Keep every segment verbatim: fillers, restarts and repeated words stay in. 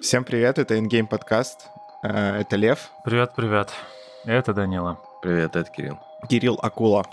Всем привет, это InGame подкаст. Это Лев. Привет-привет. Это Данила. Привет, это Кирилл. Кирилл Акула.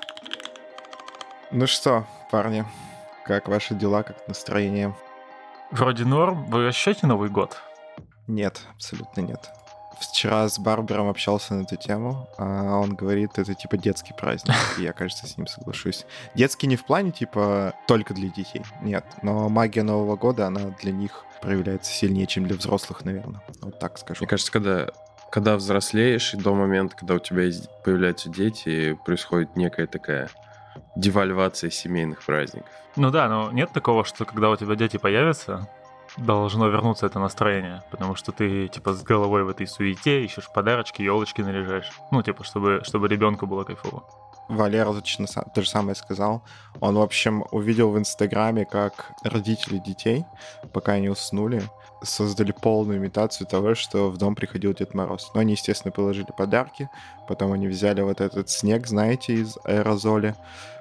Ну что, парни, как ваши дела, как настроение? Вроде норм. Вы ощущаете Новый год? Нет, абсолютно нет. Вчера с Барбером общался на эту тему, а он говорит, это типа детский праздник, и я, кажется, с ним соглашусь. Детский не в плане типа только для детей, нет, но магия Нового года, она для них проявляется сильнее, чем для взрослых, наверное, вот так скажу. Мне кажется, когда, когда взрослеешь, и до момента, когда у тебя есть, появляются дети, происходит некая такая девальвация семейных праздников. Ну да, но нет такого, что когда у тебя дети появятся, должно вернуться это настроение, потому что ты, типа, с головой в этой суете, ищешь подарочки, елочки наряжаешь. Ну, типа, чтобы, чтобы ребенку было кайфово. Валера точно то же самое сказал. Он, в общем, увидел в Инстаграме, как родители детей, пока они уснули, создали полную имитацию того, что в дом приходил Дед Мороз. Но они, естественно, положили подарки, потом они взяли вот этот снег, знаете, из аэрозоля,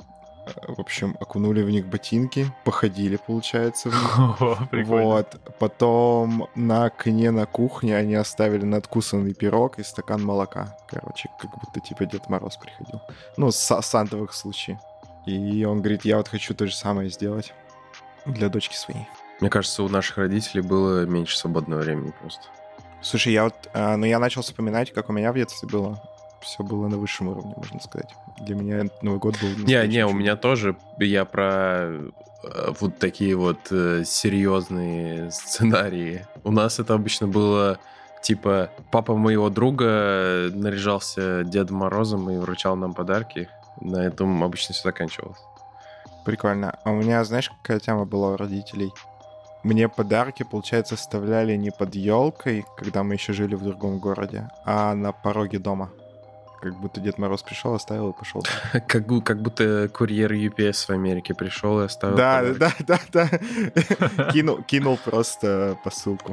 в общем, окунули в них ботинки, походили, получается, в них. О, прикольно. Вот. Потом на окне на кухне они оставили надкусанный пирог и стакан молока. Короче, как будто типа Дед Мороз приходил. Ну, с сантовых случаев. И он говорит, я вот хочу то же самое сделать для дочки своей. Мне кажется, у наших родителей было меньше свободного времени просто. Слушай, я вот, э, ну я начал вспоминать, как у меня в детстве было. Все было на высшем уровне, можно сказать. Для меня Новый год был... Не, не, у меня тоже, я про э, вот такие вот э, серьезные сценарии. У нас это обычно было, типа, папа моего друга наряжался Дедом Морозом и вручал нам подарки. На этом обычно все заканчивалось. Прикольно. А у меня, знаешь, какая тема была у родителей? Мне подарки, получается, оставляли не под елкой, когда мы еще жили в другом городе, а на пороге дома. Как будто Дед Мороз пришел, оставил и пошел. Как, бу- как будто курьер ю пи эс в Америке пришел и оставил Да, подарок. да, да, да. Кинул, кинул просто посылку.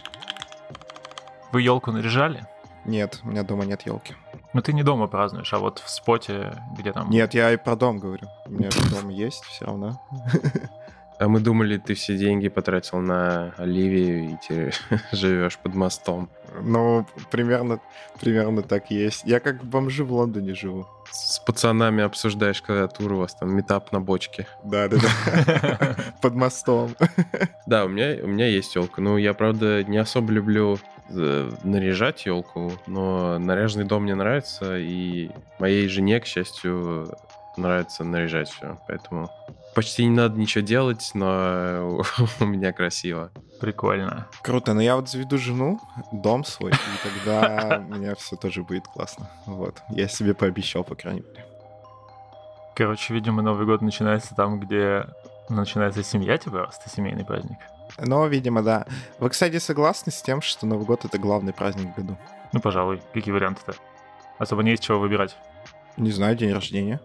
Вы елку наряжали? Нет, у меня дома нет елки. Ну ты не дома празднуешь, а вот в споте, где там... Нет, я и про дом говорю. У меня же дом есть все равно. А мы думали, ты все деньги потратил на Оливию и ты живешь под мостом. Ну, примерно, примерно так и есть. Я как бомжи в Лондоне живу. С пацанами обсуждаешь клавиатуру, у вас там метап на бочке. Да, да, да. Под мостом. Да, у меня, у меня есть елка. Ну, я, правда, не особо люблю э, наряжать елку, но наряженный дом мне нравится, и моей жене, к счастью, нравится наряжать все. Поэтому почти не надо ничего делать, но у меня красиво. Прикольно. Круто, но я вот заведу жену, дом свой, и тогда у меня все тоже будет классно. Вот, я себе пообещал, по крайней мере. Короче, видимо, Новый год начинается там, где начинается семья, типа, просто семейный праздник. Но, видимо, да. Вы, кстати, согласны с тем, что Новый год — это главный праздник в году? Ну, пожалуй. Какие варианты-то? Особо не из чего выбирать. Не знаю, день рождения.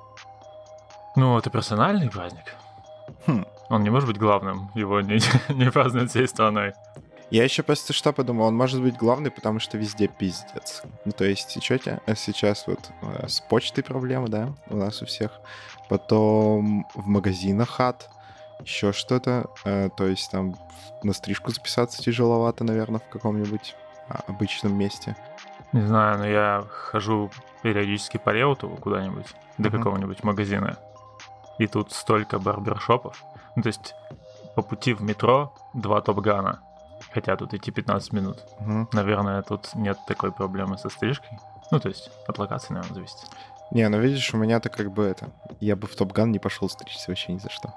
Ну, это персональный праздник. Хм. Он не может быть главным. Его не, не празднуют всей страной. Я еще просто что подумал, он может быть главный, потому что везде пиздец. Ну, то есть, что сейчас вот э, с почтой проблемы, да, у нас у всех. Потом в магазинах ад, еще что-то. Э, то есть там на стрижку записаться тяжеловато, наверное, в каком-нибудь а, обычном месте. Не знаю, но я хожу периодически по Реуту куда-нибудь, до Мгм. какого-нибудь магазина. И тут столько барбершопов. Ну, то есть по пути в метро два Топ-Гана. Хотя тут идти пятнадцать минут. Мгм. Наверное, тут нет такой проблемы со стрижкой. Ну, то есть от локации, наверное, зависит. Не, ну видишь, у меня-то как бы это... Я бы в Топ-Ган не пошел стричься вообще ни за что.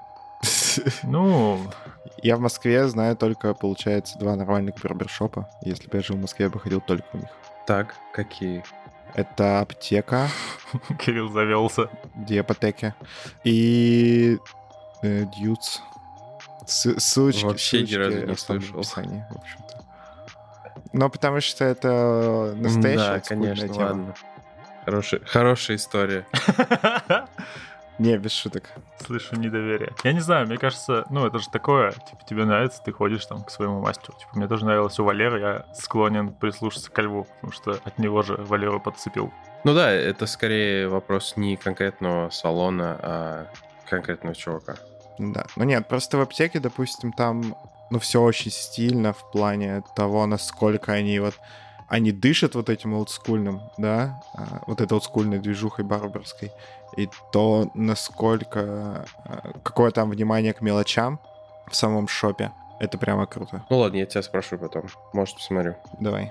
Ну, Я в Москве знаю только, получается, два нормальных барбершопа. Если бы я жил в Москве, я бы ходил только в них. Так, какие? Это аптека, Кирилл завелся. диапотеки и э, Дьюц. Сы- Ссылочки, Вообще ни ссылочки разу не оставлю в слышал. описании, в общем-то. Ну, потому что это настоящая Да, олдскульная конечно, тема. ладно. Хорошая, хорошая история. Не, без шуток. Слышу недоверие. Я не знаю, мне кажется, ну это же такое, типа тебе нравится, ты ходишь там к своему мастеру. Типа мне тоже нравилось у Валеры, я склонен прислушаться к Льву, потому что от него же Валеру подцепил. Ну да, это скорее вопрос не конкретного салона, а конкретного чувака. Да. Ну нет, просто в аптеке, допустим, там ну, все очень стильно в плане того, насколько они вот они дышат вот этим олдскульным, да, а, вот этой олдскульной движухой барберской, и то, насколько, а, какое там внимание к мелочам в самом шопе, это прямо круто. Ну ладно, я тебя спрошу потом, может, посмотрю. Давай.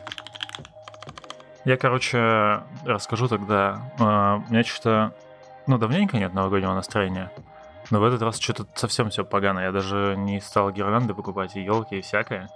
Я, короче, расскажу тогда. А, У меня что-то, ну, давненько нет новогоднего настроения. Но в этот раз что-то совсем все погано. Я даже не стал гирлянды покупать и елки и всякое.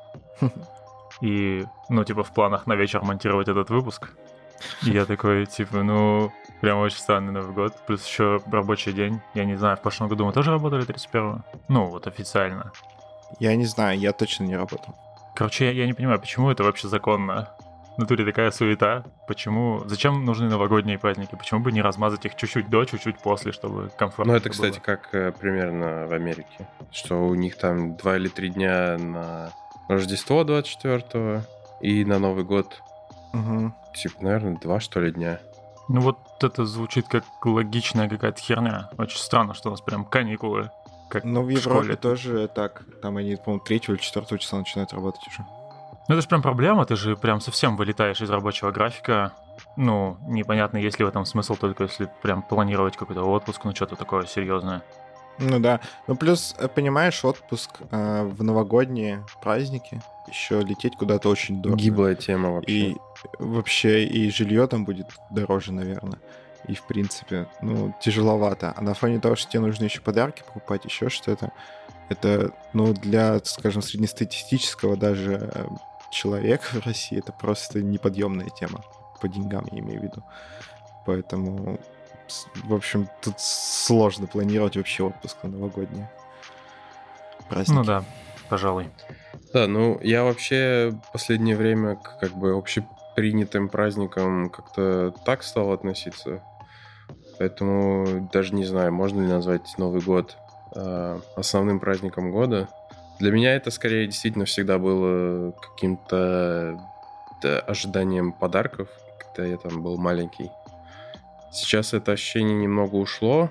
И, ну, типа, в планах на вечер монтировать этот выпуск. И я такой, типа, ну, прям очень странный Новый год. Плюс еще рабочий день. Я не знаю, в прошлом году мы тоже работали тридцать первого? Ну, вот официально. Я не знаю, я точно не работал. Короче, я, я не понимаю, почему это вообще законно? В натуре такая суета. Почему? Зачем нужны новогодние праздники? Почему бы не размазать их чуть-чуть до, чуть-чуть после, чтобы комфортно Ну, это, было? кстати, как э, примерно в Америке. Что у них там два или три дня на Рождество двадцать четвёртого и на Новый год. Угу. Типа, наверное, два, что ли, дня. Ну вот это звучит как логичная какая-то херня. Очень странно, что у нас прям каникулы. Как Ну, в в Европе школе. тоже так. Там они, по-моему, третьего или четвертого числа начинают работать уже. Ну это же прям проблема, ты же прям совсем вылетаешь из рабочего графика. Ну, непонятно, есть ли в этом смысл, только если прям планировать какой-то отпуск, ну что-то такое серьезное. Ну да. Ну плюс, э, понимаешь, отпуск э, в новогодние праздники, еще лететь куда-то очень дорого. Гиблая тема вообще. И вообще и жилье там будет дороже, наверное. И, в принципе, ну, тяжеловато. А на фоне того, что тебе нужно еще подарки покупать, еще что-то, это, ну, для, скажем, среднестатистического даже э, человека в России это просто неподъемная тема. По деньгам, я имею в виду. Поэтому, с- в общем, тут сложно планировать вообще отпуск на новогодние праздники. Ну да, пожалуй. Да, ну я вообще в последнее время к как бы общепринятым праздникам как-то так стал относиться. Поэтому даже не знаю, можно ли назвать Новый год э, основным праздником года. Для меня это скорее действительно всегда было каким-то да, ожиданием подарков, когда я там был маленький. Сейчас это ощущение немного ушло.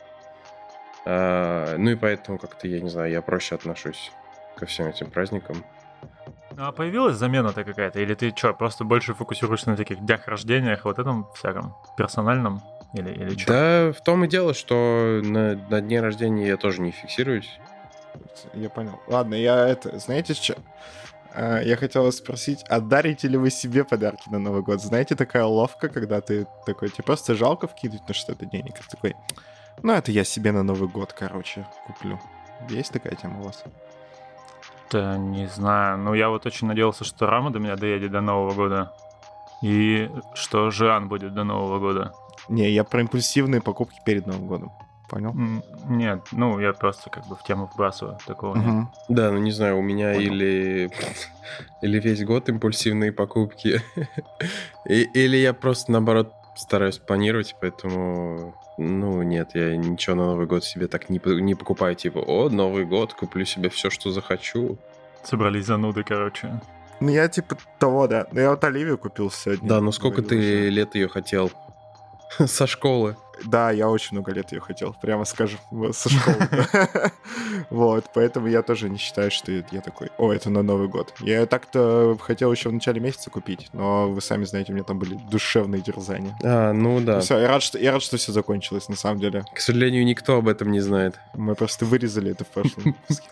А, ну и поэтому как-то, я не знаю, я проще отношусь ко всем этим праздникам. А появилась замена-то какая-то? Или ты что, просто больше фокусируешься на таких днях рождениях, вот этом всяком персональном? Или, или что? Да, в том и дело, что на, на дне рождения я тоже не фиксируюсь. Я понял. Ладно, я это... Знаете, что? Я хотел вас спросить, а дарите ли вы себе подарки на Новый год? Знаете, такая ловка, когда ты такой, тебе просто жалко вкидывать на что-то денег. Ты такой, ну, это я себе на Новый год, короче, куплю. Есть такая тема у вас? Да не знаю. Ну, я вот очень надеялся, что Рама до меня доедет до Нового года. И что Жан будет до Нового года. Не, я про импульсивные покупки перед Новым годом. Понял? М, Нет, ну, я просто как бы в тему вбрасываю. Такого нет. Мгм. Да, ну не знаю, у меня Понял. или, или весь год импульсивные покупки, и- или я просто, наоборот, стараюсь планировать, поэтому, ну, нет, я ничего на Новый год себе так не, по- не покупаю, типа, о, Новый год, куплю себе все, что захочу. Собрались зануды, короче. Ну, я типа того, да. Ну, я вот Оливию купил сегодня. Да, ну сколько Говорил ты уже. лет ее хотел? Со школы. Да, я очень много лет ее хотел, прямо скажем, вот, со школы. Вот, поэтому я тоже не считаю, что я такой, о, это на Новый год. Я так-то хотел еще в начале месяца купить, но вы сами знаете, у меня там были душевные дерзания. А, ну да. Все, я рад, что я рад, что все закончилось, на самом деле. К сожалению, никто об этом не знает. Мы просто вырезали это в прошлом выпуске.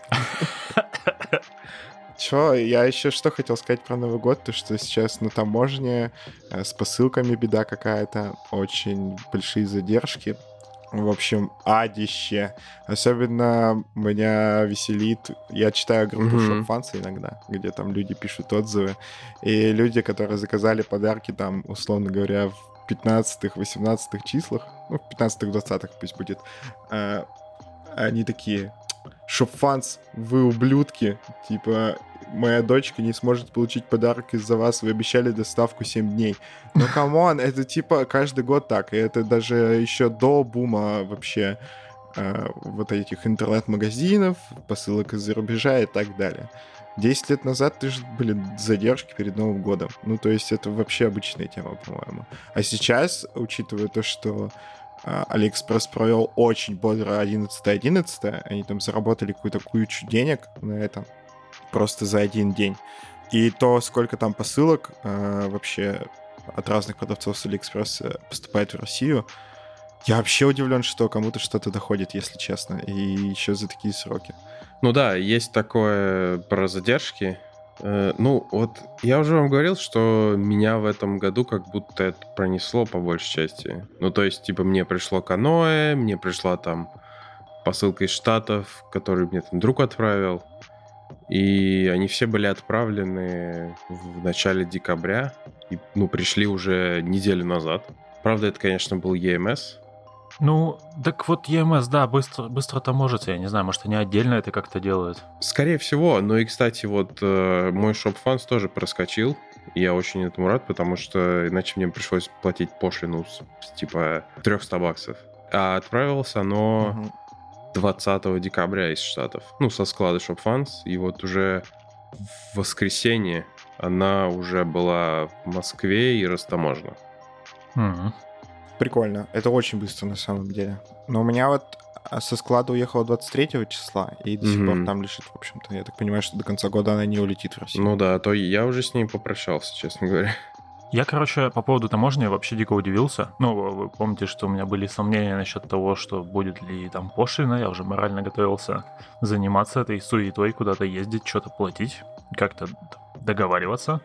Чё, я еще что хотел сказать про Новый год, то что сейчас на таможне э, с посылками беда какая-то, очень большие задержки. В общем, адище. Особенно меня веселит, я читаю группу Мгм. Shopfancy иногда, где там люди пишут отзывы, и люди, которые заказали подарки там, условно говоря, в пятнадцатых-восемнадцатых числах, ну, в пятнадцатых-двадцатых пусть будет, э, они такие: Шопфанс, вы ублюдки. Типа, моя дочка не сможет получить подарок из-за вас. Вы обещали доставку семь дней. Ну, камон, это типа каждый год так. И это даже еще до бума вообще э, вот этих интернет-магазинов, посылок из-за рубежа и так далее. Десять лет назад ты же, блин, задержки перед Новым годом. Ну, то есть это вообще обычная тема, по-моему. А сейчас, учитывая то, что а, Алиэкспресс провел очень бодро одиннадцатое одиннадцатое, они там заработали какую-то кучу денег на этом. просто за один день. И то, сколько там посылок э, вообще от разных продавцов с Алиэкспресса поступает в Россию, я вообще удивлен, что кому-то что-то доходит, если честно, и еще за такие сроки. Ну да, есть такое про задержки. Э, ну вот я уже вам говорил, что меня в этом году как будто это пронесло по большей части. Ну то есть типа мне пришло каноэ, мне пришла там посылка из Штатов, которую мне там друг отправил. И они все были отправлены в начале декабря. И, ну, пришли уже неделю назад. Правда, это, конечно, был и эм эс. Ну, так вот и эм эс, да, быстро, быстро таможится. Я не знаю, может, они отдельно это как-то делают. Скорее всего. Ну и, кстати, вот э, мой ShopFans тоже проскочил. И я очень этому рад, потому что иначе мне пришлось платить пошлину с, с типа триста баксов. А отправилось оно... Угу. двадцатого декабря из Штатов. Ну, со склада ShopFans. И вот уже в воскресенье она уже была в Москве и растаможена. Mm-hmm. Прикольно. Это очень быстро на самом деле. Но у меня вот со склада уехала двадцать третьего числа, и до сих Mm-hmm. пор там лежит, в общем-то. Я так понимаю, что до конца года она не улетит в Россию. Ну да, то я уже с ней попрощался, честно говоря. Я, короче, по поводу таможни вообще дико удивился. Ну, вы помните, что у меня были сомнения насчет того, что будет ли там пошлина. Я уже морально готовился заниматься этой суетой, куда-то ездить, что-то платить, как-то договариваться.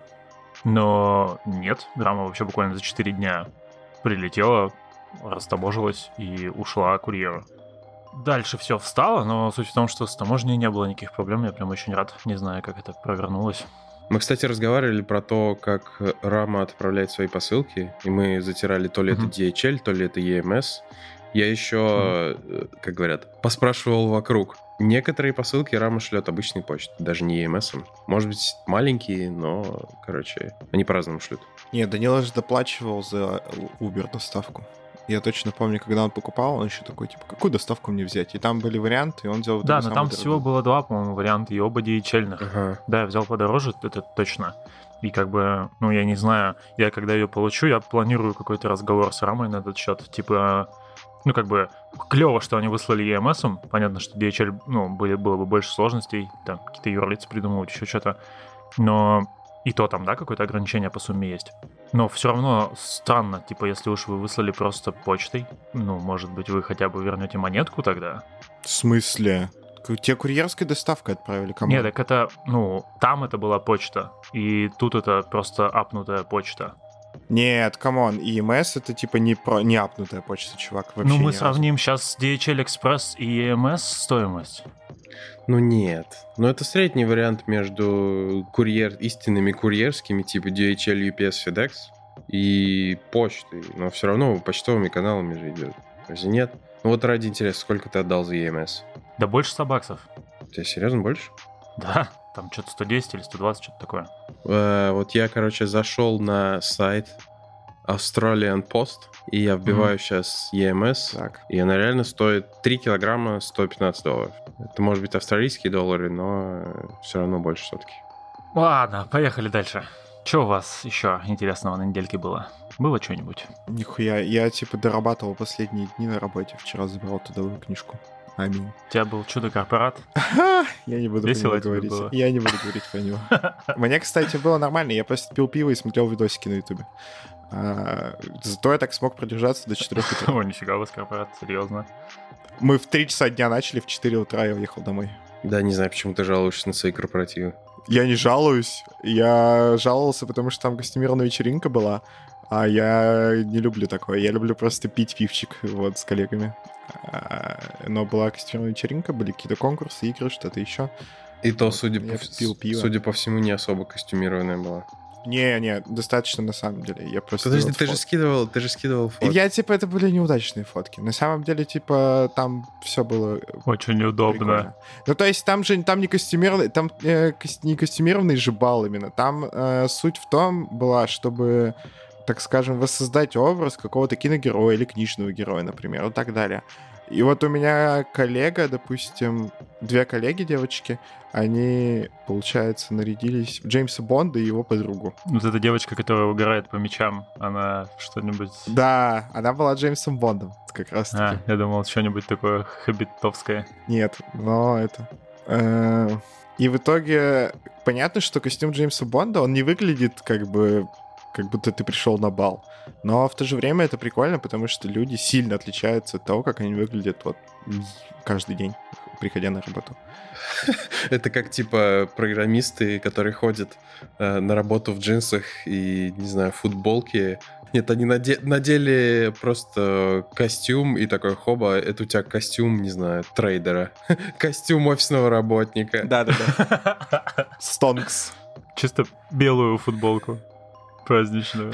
Но нет, драма вообще буквально за четыре дня прилетела, растаможилась и ушла курьеру. Дальше все встало, но суть в том, что с таможней не было никаких проблем. Я прям очень рад, не знаю, как это провернулось. Мы, кстати, разговаривали про то, как Рама отправляет свои посылки, и мы затирали то ли mm-hmm. это ди эйч эл, то ли это и эм эс. Я еще, mm-hmm. как говорят, поспрашивал вокруг. Некоторые посылки Рама шлет обычной почтой, даже не и эм эс. Может быть, маленькие, но, короче, они по-разному шлют. Нет, Данила же доплачивал за Uber доставку. Я точно помню, когда он покупал, он еще такой, типа, какую доставку мне взять? И там были варианты, и он взял... Да, но там дорогой. Всего было два, по-моему, варианта, и оба ди эйч эл-ных. Ага. Да, я взял подороже, это точно. И как бы, ну, я не знаю, я когда ее получу, я планирую какой-то разговор с Рамой на этот счет. Типа, ну, как бы, клево, что они выслали и эм эс-ом. Понятно, что ди эйч эл, ну, были, было бы больше сложностей, там, какие-то юрлицы придумывать, еще что-то. Но... И то там, да, какое-то ограничение по сумме есть. Но все равно странно, типа, если уж вы выслали просто почтой, ну, может быть, вы хотя бы вернете монетку тогда? В смысле? Тебе курьерской доставкой отправили? Кому? Нет, так это, ну, там это была почта, и тут это просто апнутая почта. Нет, камон, и эм эс это типа не, про... не апнутая почта, чувак. Вообще ну, мы сравним разу. Сейчас ди эйч эл Express и и эм эс стоимость. Ну нет, но это средний вариант между курьер, истинными курьерскими, типа ди эйч эл, ю пи эс, FedEx, и почтой, но все равно почтовыми каналами же идет. Разве нет? Ну вот ради интереса, сколько ты отдал за и эм эс? Да больше сто баксов. У тебя серьезно больше? Да, там что-то сто десять или сто двадцать, что-то такое. Э, вот я, короче, зашел на сайт Australian Post, и я вбиваю mm-hmm. сейчас и эм эс, так. И она реально стоит три килограмма сто пятнадцать долларов. Это может быть австралийские доллары, но все равно больше сотки. Ладно, поехали дальше. Что у вас еще интересного на недельке было? Было что-нибудь? Нихуя, я типа дорабатывал последние дни на работе. Вчера забрал трудовую книжку. Аминь. У тебя был чудо-корпорат? Я не буду Весело про него говорить. Было. Я не буду говорить про него. Мне, кстати, было нормально. Я просто пил пиво и смотрел видосики на ютубе. А, зато я так смог продержаться до четырёх утра. О, нифига у вас корпорат, серьезно. Мы в три часа дня начали, в четыре утра я уехал домой. Да, не знаю, почему ты жалуешься на свои корпоративы. Я не жалуюсь. Я жаловался, потому что там костюмированная вечеринка была, а я не люблю такое. Я люблю просто пить пивчик вот с коллегами. Но была костюмированная вечеринка, были какие-то конкурсы, игры, что-то еще. И то, вот, судя, по, судя по всему, не особо костюмированная была. Не-не, достаточно на самом деле. Я просто Подожди, ты же скидывал, ты же скидывал фотки. Я, типа, это были неудачные фотки. На самом деле, типа, там все было очень неудобно. Прикольно. Ну, то есть там же там не костюмированный, там э, не костюмированный же бал именно. Там э, суть в том была, чтобы, так скажем, воссоздать образ какого-то киногероя или книжного героя, например, и так далее. И вот у меня коллега, допустим, две коллеги, девочки, они, получается, нарядились в Джеймса Бонда и его подругу. Вот эта девочка, которая угорает по мечам, она что-нибудь... Да, она была Джеймсом Бондом, как раз-таки. А, я думал, что-нибудь такое хоббитовское. Нет, но это... Э, И в итоге понятно, что костюм Джеймса Бонда, он не выглядит как бы как будто ты пришел на бал. Но в то же время это прикольно, потому что люди сильно отличаются от того, как они выглядят вот каждый день, приходя на работу. Это как, типа, программисты, которые ходят э, на работу в джинсах и, не знаю, футболке. Нет, они наде- надели просто костюм и такой, хоба, это у тебя костюм, не знаю, трейдера. Костюм офисного работника. Да-да-да. Стонкс. Чисто белую футболку праздничную.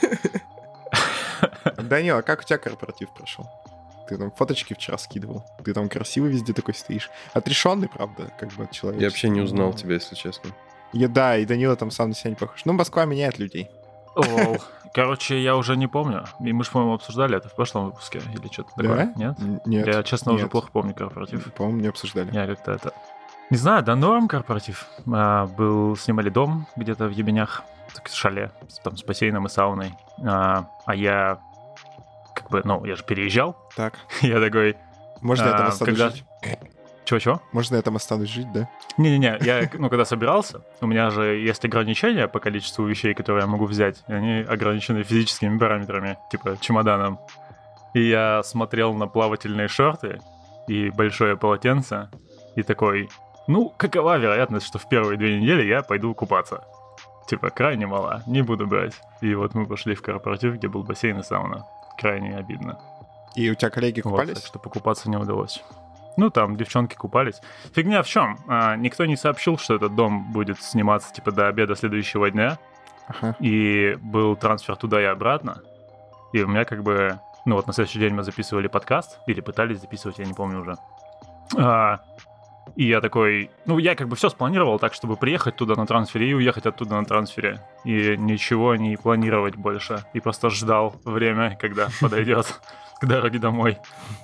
Данил, а как у тебя корпоратив прошел? Ты там фоточки вчера скидывал. Ты там красивый везде такой стоишь. Отрешенный, правда, как бы от человека. Я вообще не узнал тебя, если честно. И, да, и Данила там сам на себя не похож. Ну, Москва меняет людей. О, короче, я уже не помню. И мы же, по-моему, обсуждали это в прошлом выпуске или что-то такое. Да? Нет? Нет. Я, честно, нет. уже плохо помню корпоратив. По-моему, не обсуждали. Я как-то это... Не знаю, да, норм корпоратив. А, был, снимали дом где-то в Ебенях, так, шале, там, с бассейном и сауной. А, а я, как бы, ну, я же переезжал. Так. Я такой... Можно я там а, останусь когда... жить? Чего-чего? Можно я там останусь жить, да? Не-не-не, я, ну, когда собирался, у меня же есть ограничения по количеству вещей, которые я могу взять, и они ограничены физическими параметрами, типа чемоданом. И я смотрел на плавательные шорты и большое полотенце, и такой, ну, какова вероятность, что в первые две недели я пойду купаться? Типа, крайне мала, не буду брать. И вот мы пошли в корпоратив, где был бассейн и сауна. Крайне обидно. И у тебя коллеги Вот, купались? так что покупаться не удалось. Ну, там девчонки купались. Фигня в чем? А, никто не сообщил, что этот дом будет сниматься, типа, до обеда следующего дня. Ага. И был трансфер туда и обратно. И у меня как бы... Ну, вот на следующий день мы записывали подкаст. Или пытались записывать, я не помню уже. А, и я такой... Ну, я как бы все спланировал так, чтобы приехать туда на трансфере и уехать оттуда на трансфере. И ничего не планировать больше. И просто ждал время, когда подойдет к дороге домой.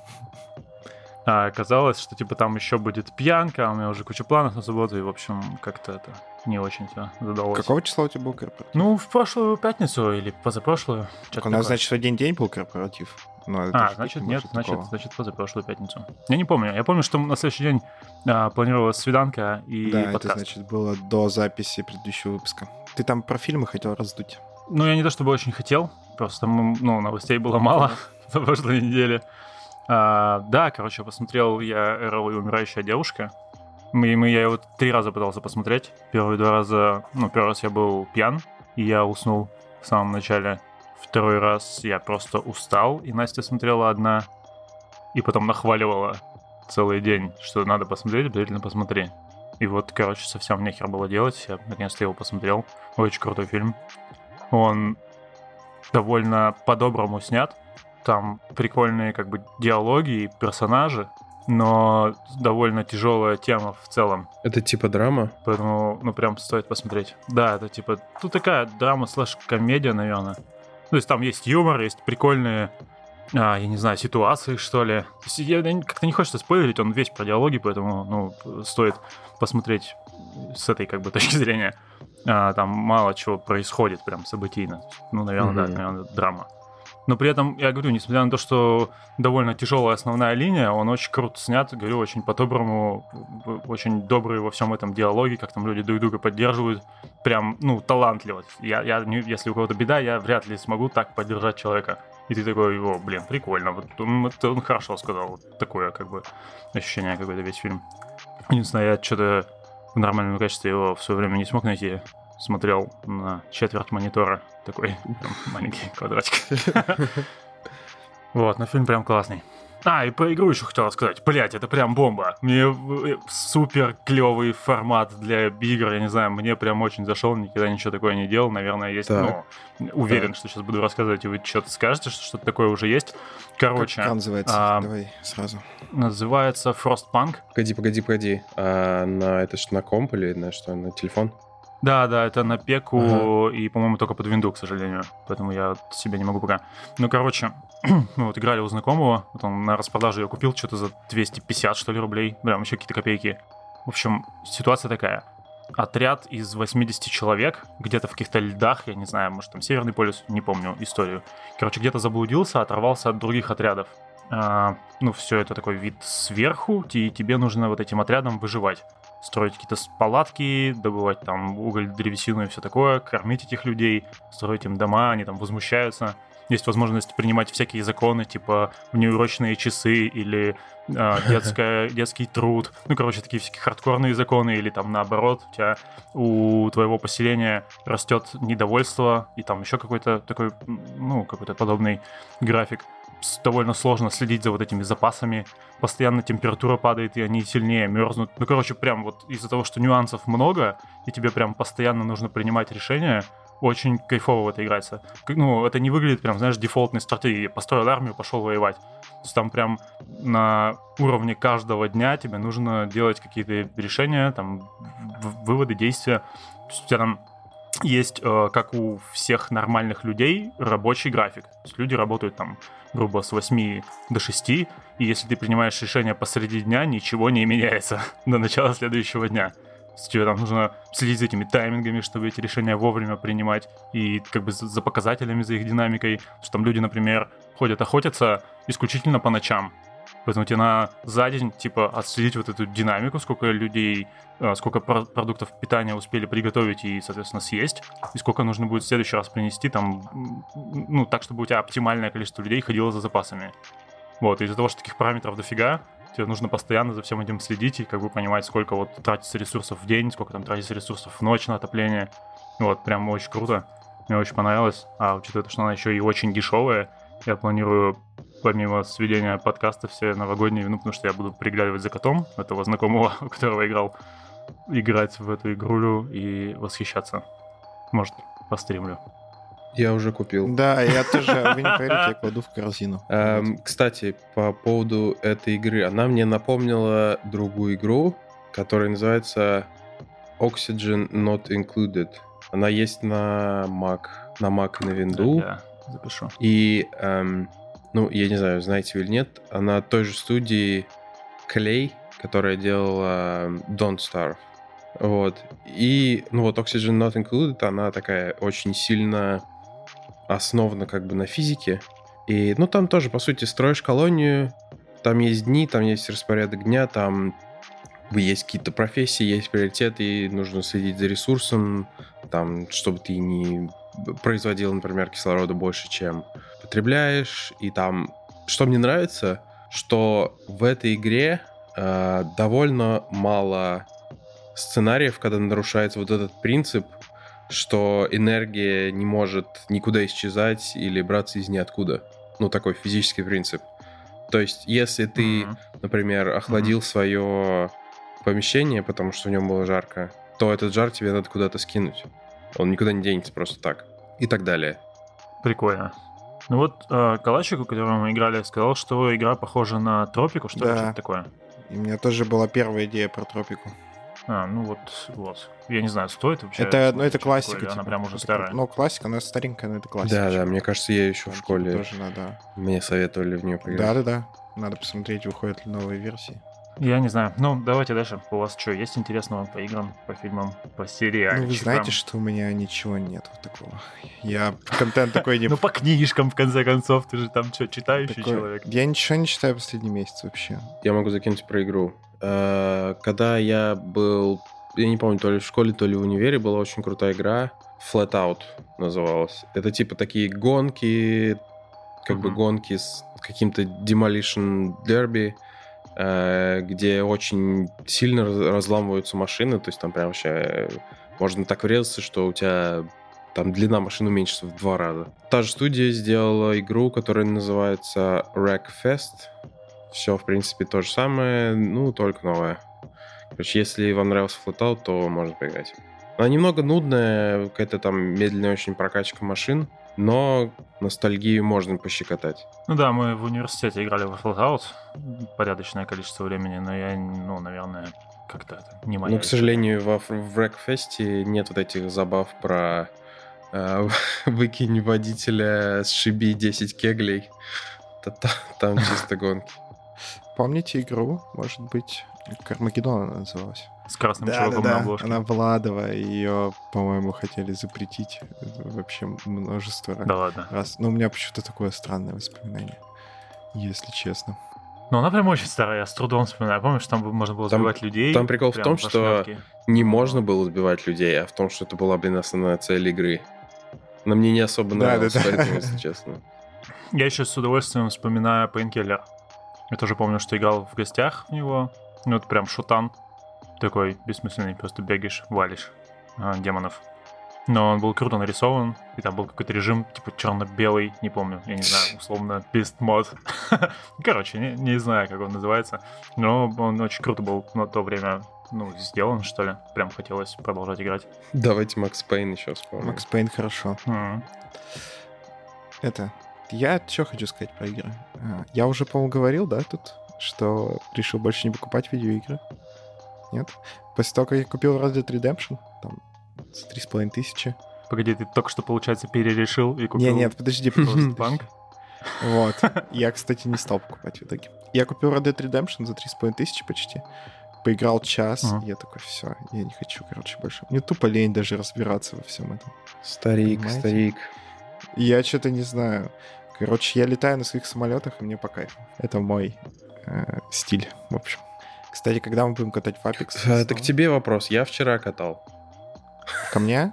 А оказалось, что типа там еще будет пьянка, а у меня уже куча планов на субботу, и, в общем, как-то это не очень все задалось. Какого числа у тебя был корпоратив? Ну, в прошлую пятницу или позапрошлую. У нас, значит, в один день был корпоратив. Но это А, же значит, быть нет, может значит, такого. значит, позапрошлую пятницу. Я не помню. Я помню, что на следующий день а, планировалась свиданка и Да, это, подкаст. значит, было до записи предыдущего выпуска. Ты там про фильмы хотел раздуть. Ну, я не то чтобы очень хотел, просто ну, новостей было мало на прошлой неделе. А, да, короче, посмотрел я «Эрл и умирающая девушка». Мы, мы, я его три раза пытался посмотреть. Первые два раза... Ну, первый раз я был пьян, и я уснул в самом начале. Второй раз я просто устал, и Настя смотрела одна. И потом нахваливала целый день, что надо посмотреть, обязательно посмотри. И вот, короче, совсем нехер было делать. Я наконец-то его посмотрел. Очень крутой фильм. Он довольно по-доброму снят. Там прикольные как бы диалоги и персонажи, но довольно тяжелая тема в целом. Это типа драма? Поэтому, ну, прям стоит посмотреть. Да, это типа... Тут такая драма слэш-комедия, наверное. То есть там есть юмор, есть прикольные, а, я не знаю, ситуации, что ли. То есть я, как-то не хочется спойлерить, он весь про диалоги, поэтому, ну, стоит посмотреть с этой, как бы, точки зрения. А, там мало чего происходит прям событийно. Ну, наверное, mm-hmm. да, наверное, драма. Но при этом, я говорю, несмотря на то, что довольно тяжелая основная линия, он очень круто снят, говорю, очень по-доброму, очень добрые во всем этом диалоге, как там люди друг друга поддерживают, прям, ну, талантливо. Я, я, если у кого-то беда, я вряд ли смогу так поддержать человека. И ты такой, о, блин, прикольно, вот он, он хорошо сказал, вот такое, как бы, ощущение какое-то весь фильм. Единственное, я что-то в нормальном качестве его в свое время не смог найти. Смотрел на четверть монитора. Такой там, маленький квадратик. Вот, но фильм прям классный. А, и про игру еще хотел рассказать. Блять, это прям бомба. Мне супер клевый формат для игр, я не знаю, мне прям очень зашел, никогда ничего такое не делал. Наверное, есть, так. ну, уверен, так. что сейчас буду рассказывать, и вы что-то скажете, что что-то такое уже есть. Короче. Как называется? А, Давай сразу. Называется Frostpunk. Погоди, погоди, погоди. А на это что, на комп или на что, на телефон? Да, да, это на пеку ага. и, по-моему, только под винду, к сожалению. Поэтому я себе не могу пока. Ну, короче, мы вот играли у знакомого. Вот он на распродаже ее купил что-то за двести пятьдесят, что ли, рублей. Прям еще какие-то копейки. В общем, ситуация такая. Отряд из восемьдесят человек, где-то в каких-то льдах, я не знаю, может, там Северный полюс, не помню историю. Короче, где-то заблудился, оторвался от других отрядов. А, ну, все это такой вид сверху, и тебе нужно вот этим отрядом выживать. строить какие-то палатки, добывать там уголь, древесину и все такое, кормить этих людей, строить им дома, они там возмущаются. Есть возможность принимать всякие законы, типа внеурочные часы или э, детская, детский труд. Ну, короче, такие всякие хардкорные законы. Или там наоборот, у тебя у твоего поселения растет недовольство, и там еще какой-то такой, ну, какой-то подобный график. Довольно сложно следить за вот этими запасами. Постоянно температура падает, и они сильнее мерзнут. Ну, короче, прям вот из-за того, что нюансов много, и тебе прям постоянно нужно принимать решения, очень кайфово в это играется. Ну, это не выглядит прям, знаешь, дефолтной стратегией. Построил армию, пошел воевать. То есть там прям на уровне каждого дня тебе нужно делать какие-то решения, там, выводы, действия. То есть у тебя там есть, э, как у всех нормальных людей, рабочий график. То есть люди работают там, грубо, с восьми до шести, и если ты принимаешь решение посреди дня, ничего не меняется до начала следующего дня. Тебе там нужно следить за этими таймингами, чтобы эти решения вовремя принимать, и как бы за, за показателями, за их динамикой. Что там люди, например, ходят охотятся исключительно по ночам. Поэтому тебе надо за день, типа, отследить вот эту динамику, сколько людей, сколько про- продуктов питания успели приготовить и, соответственно, съесть, и сколько нужно будет в следующий раз принести, там, ну, так, чтобы у тебя оптимальное количество людей ходило за запасами. Вот, из-за того, что таких параметров дофига, тебе нужно постоянно за всем этим следить и как бы понимать, сколько вот тратится ресурсов в день, сколько там тратится ресурсов в ночь на отопление. Вот, прям очень круто. Мне очень понравилось. А учитывая то, что она еще и очень дешевая, я планирую, помимо сведения подкаста, все новогодние, ну, потому что я буду приглядывать за котом этого знакомого, у которого играл, играть в эту игрулю и восхищаться. Может, постримлю. Я уже купил. Да, я тоже, вы не поверите, я кладу в корзину. Эм, кстати, по поводу этой игры. Она мне напомнила другую игру, которая называется Oxygen Not Included. Она есть на Mac, на Mac и на Windows. Я запишу. И, эм, ну, я не знаю, знаете вы или нет, она той же студии Clay, которая делала Don't Starve. Вот. И, ну вот, Oxygen Not Included, она такая очень сильно основана как бы на физике. И, ну, там тоже, по сути, строишь колонию, там есть дни, там есть распорядок дня, там есть какие-то профессии, есть приоритеты, нужно следить за ресурсом, там, чтобы ты не производил, например, кислорода больше, чем потребляешь. И там, что мне нравится, что в этой игре э, довольно мало сценариев, когда нарушается вот этот принцип, что энергия не может никуда исчезать или браться из ниоткуда. Ну, такой физический принцип. То есть, если ты, mm-hmm. например, охладил mm-hmm. свое помещение, потому что в нем было жарко, то этот жар тебе надо куда-то скинуть. Он никуда не денется просто так. И так далее. Прикольно. Ну вот э, Калачик, у которого мы играли, сказал, что игра похожа на Тропику, что да. ли, что-то такое. И у меня тоже была первая идея про Тропику. А, ну вот, вот. Я не знаю, стоит вообще. Это, ну, это классика. Такое, типа. Она прям уже это, старая. Ну, классика, она старенькая, но это классика. Да, да, мне кажется, я еще Там, в школе. Типа, тоже надо. Мне советовали в нее поиграть. Да, да, да. Надо посмотреть, выходят ли новые версии. Я не знаю. Ну, давайте дальше. У вас что, есть интересного по играм, по фильмам, по сериальчикам? Ну, вы знаете, что у меня ничего нет вот такого. Я контент такой не... Ну, по книжкам, в конце концов, ты же там что, читающий человек? Я ничего не читаю последний месяц вообще. Я могу закинуть про игру. Когда я был... Я не помню, то ли в школе, то ли в универе была очень крутая игра. Flat Out называлась. Это типа такие гонки, как uh-huh. бы гонки с каким-то Demolition Derby, э, где очень сильно разламываются машины. То есть там прям вообще можно так врезаться, что у тебя там длина машины уменьшится в два раза. Та же студия сделала игру, которая называется Wreckfest. Все, в принципе, то же самое, ну, только новое. Короче, если вам нравился Flatout, то можно поиграть. Она немного нудная, какая-то там медленная очень прокачка машин, но ностальгию можно пощекотать. Ну да, мы в университете играли в Flatout порядочное количество времени, но я, ну, наверное, как-то это не моя. Ну, к сожалению, во, в Wreckfest нет вот этих забав про э, выкинь водителя, сшиби десять кеглей. Там чисто гонки. Помните игру, может быть, Кармагеддон она называлась? С красным да, чуваком да, на да. обложке. Она Владова, ее, по-моему, хотели запретить вообще множество раз. Да ладно. раз. Но у меня почему-то такое странное воспоминание, если честно. Ну, она прям очень старая, я с трудом вспоминаю. Помнишь, там можно было Там- сбивать людей? там прикол в прям том, за что шляпки. Не можно было убивать людей, а в том, что это была, блин, основная цель игры. Но мне не особо Да, нравилось, да, да. поэтому, если честно. Я еще с удовольствием вспоминаю Painkiller. Я тоже помню, что играл в гостях в него. Ну, это прям шутан. Такой бессмысленный, просто бегаешь, валишь а, демонов. Но он был круто нарисован, и там был какой-то режим, типа черно-белый, не помню, я не знаю, условно, Beast Mode. Короче, не, не знаю, как он называется, но он очень круто был на то время, ну, сделан, что ли. Прям хотелось продолжать играть. Давайте Макс Пейн еще вспомним. Макс Пейн хорошо. М. Это, я что хочу сказать про игры? А, Я уже, по-моему, говорил, да, тут, что решил больше не покупать видеоигры. Нет? После того, как я купил Red Dead Redemption, там, за три с половиной тысячи. Погоди, ты только что, получается, перерешил и купил... Не, нет, подожди, Frostpunk? Вот. Я, кстати, не стал покупать в итоге. Я купил Red Dead Redemption за три с половиной тысячи почти. Поиграл час, Ага. и я такой, все, я не хочу, короче, больше. Мне тупо лень даже разбираться во всем этом. Старик, Понимаете? старик. И я что-то не знаю. Короче, я летаю на своих самолетах, и мне по кайфу. Это мой э, стиль, в общем. Кстати, когда мы будем катать в Apex? А, снова? так тебе вопрос. Я вчера катал. Ко мне?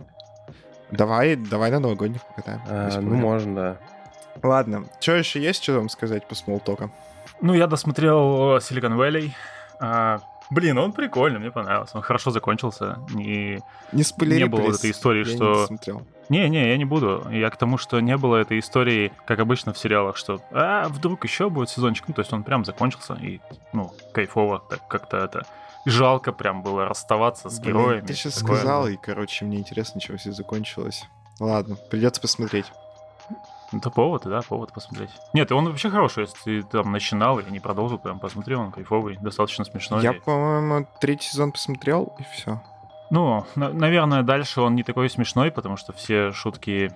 Давай, давай на новогодних покатаем. А, без ну, проблем. можно, да. Ладно, что еще есть, что вам сказать по смолтокам? Ну, я досмотрел Silicon Valley. А, блин, он прикольный, мне понравился. Он хорошо закончился. И Не спойлери, не было вот плиз. этой истории, Я что... не смотрел. Не-не, я не буду. Я к тому, что не было этой истории, как обычно в сериалах, что а, вдруг еще будет сезончик. Ну, то есть он прям закончился, и, ну, кайфово, так как-то это... Жалко прям было расставаться с Блин, героями. Ты сейчас Такое. сказал, и, короче, мне интересно, чем все закончилось. Ладно, придется посмотреть. Это повод, да, повод посмотреть. Нет, он вообще хороший, если ты там начинал и не продолжил, прям посмотри, он кайфовый, достаточно смешной. Я, по-моему, третий сезон посмотрел, и все. Ну, на- наверное, дальше он не такой смешной, потому что все шутки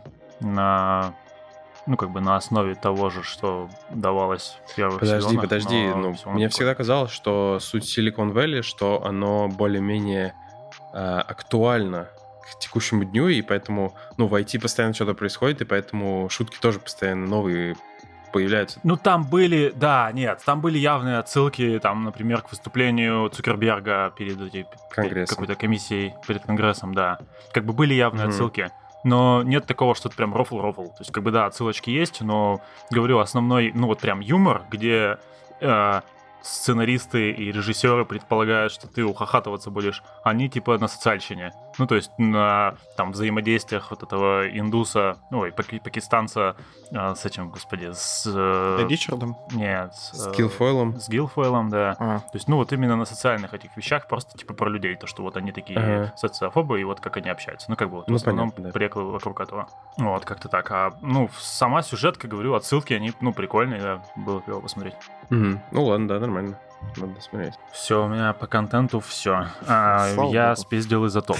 на... Ну, как бы на основе того же, что давалось в первых Подожди, сезонах, подожди. но Ну, всё равно мне такое. всегда казалось, что суть Silicon Valley, что оно более-менее а, актуально к текущему дню, и поэтому, ну, в ай ти постоянно что-то происходит, и поэтому шутки тоже постоянно новые появляются. Ну, там были, да, нет, там были явные отсылки, там, например, к выступлению Цукерберга перед, эти- перед Конгрессом. какой-то комиссией, перед Конгрессом, да. Как бы были явные Мгм. отсылки, но нет такого, что это прям рофл-рофл. То есть, как бы, да, отсылочки есть, но, говорю, основной, ну, вот прям юмор, где э, сценаристы и режиссеры предполагают, что ты ухахатываться будешь, они типа на социальщине. Ну, то есть на там взаимодействиях вот этого индуса, ой, паки- пакистанца э, с этим, господи, с... э, Ричардом? нет. С э, Киллфойлом. С Гилфойлом, да. А, То есть, ну, вот именно на социальных этих вещах, просто типа про людей, то, что вот они такие Ага. социофобы, и вот как они общаются. Ну, как бы вот Ну, в основном понятно, да. преклы вокруг этого. Вот, как-то так. А, ну, сама сюжетка, говорю, отсылки, они, ну, прикольные, да, было клево посмотреть. Мгм. Ну ладно, да, нормально. Надо досмотреть. Все, у меня по контенту все. Слава я богу. спиздил изотоп.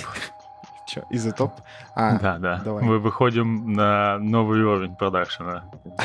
чё, изотоп? А, Да, да. давай. Мы выходим на новый уровень продакшена.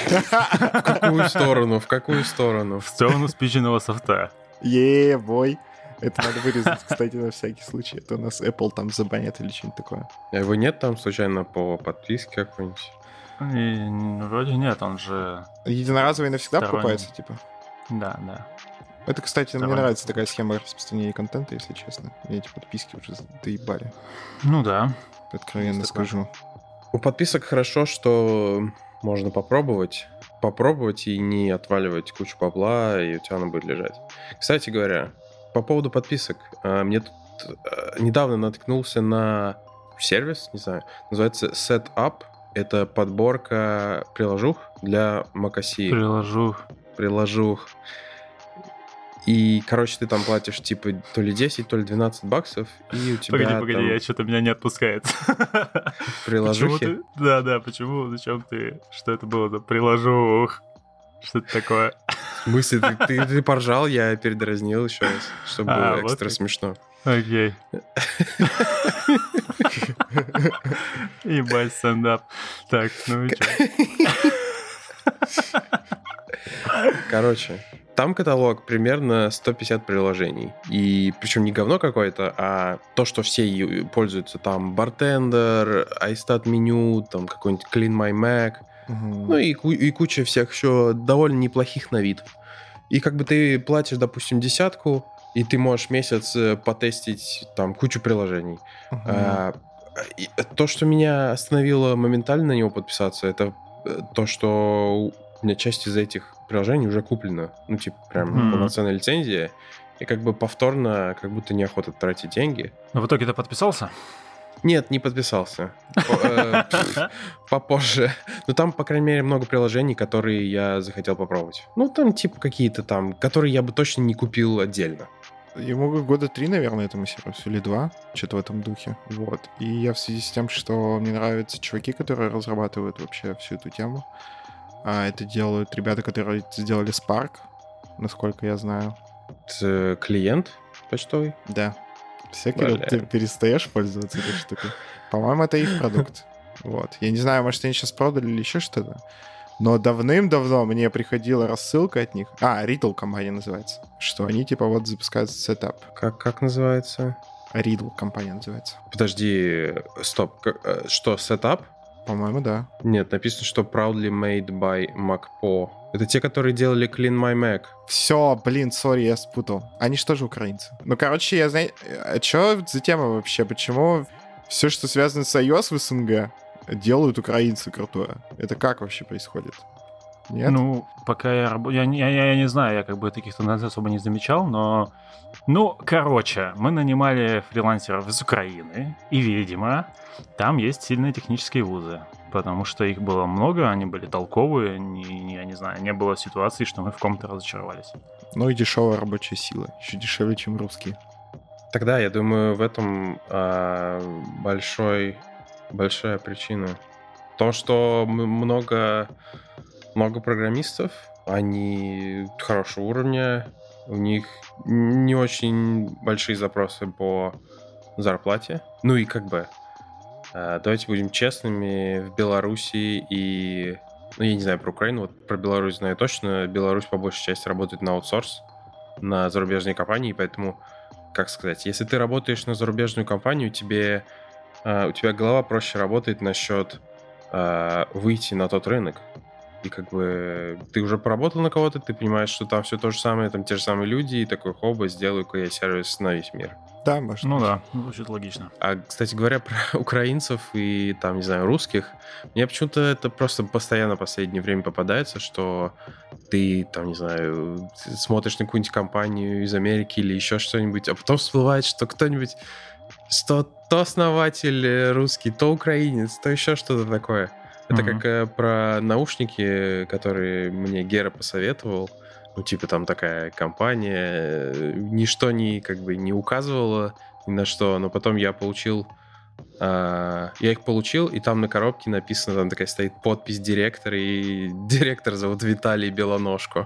В какую сторону? В какую сторону? В сторону спиченного софта. Е-бой. Это надо вырезать, кстати, на всякий случай. Это у нас Apple там забанят или что-нибудь такое. А его нет там случайно по подписке какой-нибудь? И, ну, вроде нет, он же... Единоразовый навсегда Сторонний. покупается, типа? Да, да. Это, кстати, мне Сторонний. нравится такая схема распространения контента, если честно. Мне эти подписки уже доебали. Ну да. Откровенно Есть такое. скажу. У подписок хорошо, что можно попробовать. Попробовать и не отваливать кучу бабла, и у тебя она будет лежать. Кстати говоря, по поводу подписок. а, Мне тут а, недавно наткнулся на сервис, не знаю, называется Setup. Это подборка приложух для macOS. Приложу. Приложух. И, короче, ты там платишь, типа, то ли десять, то ли двенадцать баксов, и у тебя Погоди, погоди, там я что-то меня не отпускает. Почему приложухи. ты? Да, да, почему? Зачем ты? Что это было за приложух? Что это такое? В смысле, ты, ты, ты поржал, я передразнил еще раз, чтобы А, было вот экстра как. смешно. Окей. Ебать, стендап. Так, ну и что? Короче, там каталог примерно сто пятьдесят приложений. И причем не говно какое-то, а то, что все ю- пользуются. Там Bartender, iStat меню, там какой-нибудь Clean My Mac. Мгм. Ну и, ку- и куча всех еще довольно неплохих на вид. И как бы ты платишь, допустим, десятку, и ты можешь месяц потестить там кучу приложений. Мгм. А, и то, что меня остановило моментально на него подписаться, это то, что у меня часть из этих приложений уже куплена. Ну, типа, прям Мгм. полноценная лицензия. И как бы повторно, как будто неохота тратить деньги. Но в итоге ты подписался? Нет, не подписался. По- э, пф, Попозже. Но там, по крайней мере, много приложений, которые я захотел попробовать. Ну, там типа какие-то там, которые я бы точно не купил отдельно. Ему года три, наверное, этому сервису, или два, что-то в этом духе. Вот. И я в связи с тем, что мне нравятся чуваки, которые разрабатывают вообще всю эту тему. А это делают ребята, которые сделали Spark, насколько я знаю. Это клиент почтовый? Да. Все, Кирилл, Бля. ты перестаешь пользоваться этой штукой. По-моему, это их продукт. Вот. Я не знаю, может, они сейчас продали или еще что-то. Но давным-давно мне приходила рассылка от них. А, Riddle компания называется. Что они, типа, вот запускают сетап. Как, как называется? Riddle компания называется. Подожди, стоп. К- э, Что, сетап? По-моему, да. Нет, написано, что proudly made by MacPo. Это те, которые делали Clean My Mac. Все, блин, сори, я спутал. Они же тоже украинцы. Ну, короче, я знаю... А что за тема вообще? Почему все, что связано с iOS в СНГ, делают украинцы крутое? Это как вообще происходит? Нет? Ну, пока я работаю... Я, не- я, я не знаю, я как бы таких тенденций особо не замечал, но... Ну, короче, мы нанимали фрилансеров из Украины, и, видимо, там есть сильные технические вузы, потому что их было много, они были толковые, не, не- я не знаю, не было ситуации, что мы в ком-то разочаровались. Ну и дешевая рабочая сила. Еще дешевле, чем русские. Тогда, я думаю, в этом а, большой, большая причина. То, что м- много, много программистов, они хорошего уровня, у них не очень большие запросы по зарплате. Ну и как бы, а, давайте будем честными, в Беларуси и... Ну, я не знаю про Украину, вот про Беларусь знаю точно. Беларусь по большей части работает на аутсорс, на зарубежные компании, поэтому, как сказать, если ты работаешь на зарубежную компанию, тебе, а, у тебя голова проще работает насчет а, выйти на тот рынок. И как бы ты уже поработал на кого-то, ты понимаешь, что там все то же самое, там те же самые люди, и такой, хоба, сделаю-ка я сервис на весь мир. Да, может. Ну быть. да, звучит логично. А, кстати говоря, про украинцев и, там, не знаю, русских, мне почему-то это просто постоянно в последнее время попадается, что ты, там, не знаю, смотришь на какую-нибудь компанию из Америки или еще что-нибудь, а потом всплывает, что кто-нибудь, что то основатель русский, то украинец, то еще что-то такое. Это Мгм. как э, про наушники, которые мне Гера посоветовал. Ну, типа там такая компания, э, ничто не, как бы, не указывало ни на что, но потом я получил, а, я их получил, и там на коробке написано, там такая стоит подпись директора, и директор зовут Виталий Белоножко.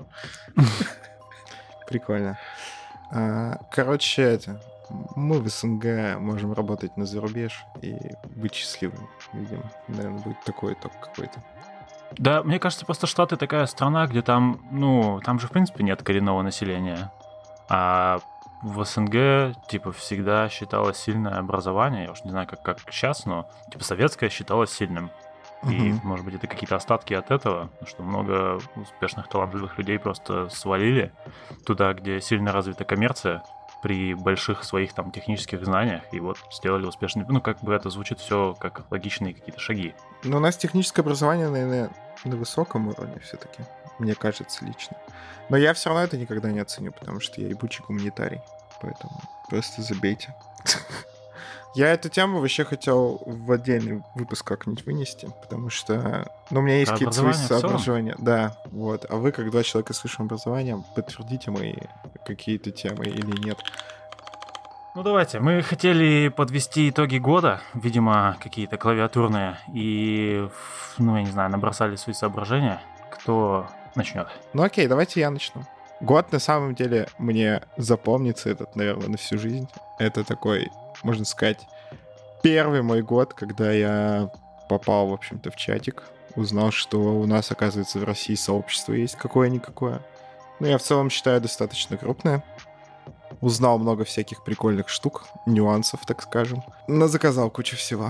Прикольно. А, короче, это... Мы в СНГ можем работать на зарубеж и быть счастливыми, видимо. Наверное, будет такой итог какой-то. Да, мне кажется, просто Штаты такая страна, где там, ну, там же, в принципе, нет коренного населения. А в СНГ, типа, всегда считалось сильное образование. Я уж не знаю, как, как сейчас, но, типа, советское считалось сильным. И, Мгм. может быть, это какие-то остатки от этого, что много успешных, талантливых людей просто свалили туда, где сильно развита коммерция, при больших своих там технических знаниях, и вот сделали успешный... Ну, как бы это звучит все как логичные какие-то шаги. Но у нас техническое образование, наверное, на высоком уровне все-таки, мне кажется, лично. Но я все равно это никогда не оценю, потому что я ебучий гуманитарий. Поэтому просто забейте. Я эту тему вообще хотел в отдельный выпуск как-нибудь вынести, потому что, ну, у меня есть Про какие-то свои образование в целом? соображения. Да, вот. А вы, как два человека с высшим образованием, подтвердите мои какие-то темы или нет. Ну, давайте. Мы хотели подвести итоги года, видимо, какие-то клавиатурные, и, ну, я не знаю, набросали свои соображения. Кто начнет? Ну окей, давайте я начну. Год на самом деле мне запомнится этот, наверное, на всю жизнь. Это такой, можно сказать, первый мой год, когда я попал, в общем-то, в чатик. Узнал, что у нас, оказывается, в России сообщество есть какое-никакое. Ну, я в целом считаю, достаточно крупное. Узнал много всяких прикольных штук, нюансов, так скажем. Но заказал кучу всего.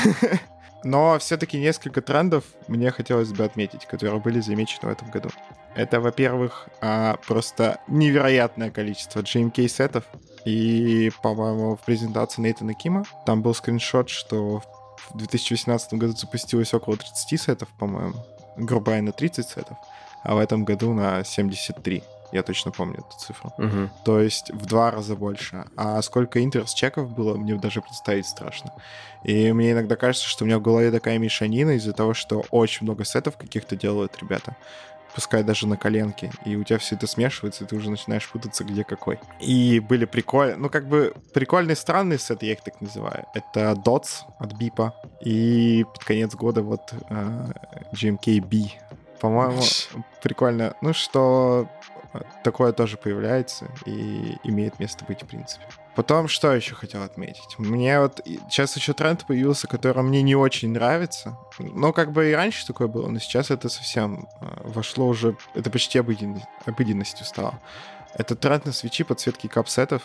Но все-таки несколько трендов мне хотелось бы отметить, которые были замечены в этом году. Это, во-первых, а, просто невероятное количество джи эм кей-сетов. И, по-моему, в презентации Нейтана Кима там был скриншот, что в две тысячи восемнадцатом году запустилось около тридцать сетов, по-моему. Грубая на тридцать сетов, а в этом году на семьдесят три. Я точно помню эту цифру. Угу. То есть в два раза больше. А сколько интерс-чеков было, мне даже представить страшно. И мне иногда кажется, что у меня в голове такая мешанина из-за того, что очень много сетов каких-то делают ребята. Пускай даже на коленке. И у тебя все это смешивается, и ты уже начинаешь путаться, где какой. И были прикольные... Ну, как бы прикольные странные сеты, я их так называю. Это дотс от Бипа. И под конец года вот э, джи эм кей би. По-моему, прикольно. Ну, что такое тоже появляется и имеет место быть, в принципе. Потом, что еще хотел отметить? Мне вот сейчас еще тренд появился, который мне не очень нравится. Ну, как бы и раньше такое было, но сейчас это совсем вошло уже... Это почти обыденность, обыденностью стало. Это тренд на свечи подсветки капсетов.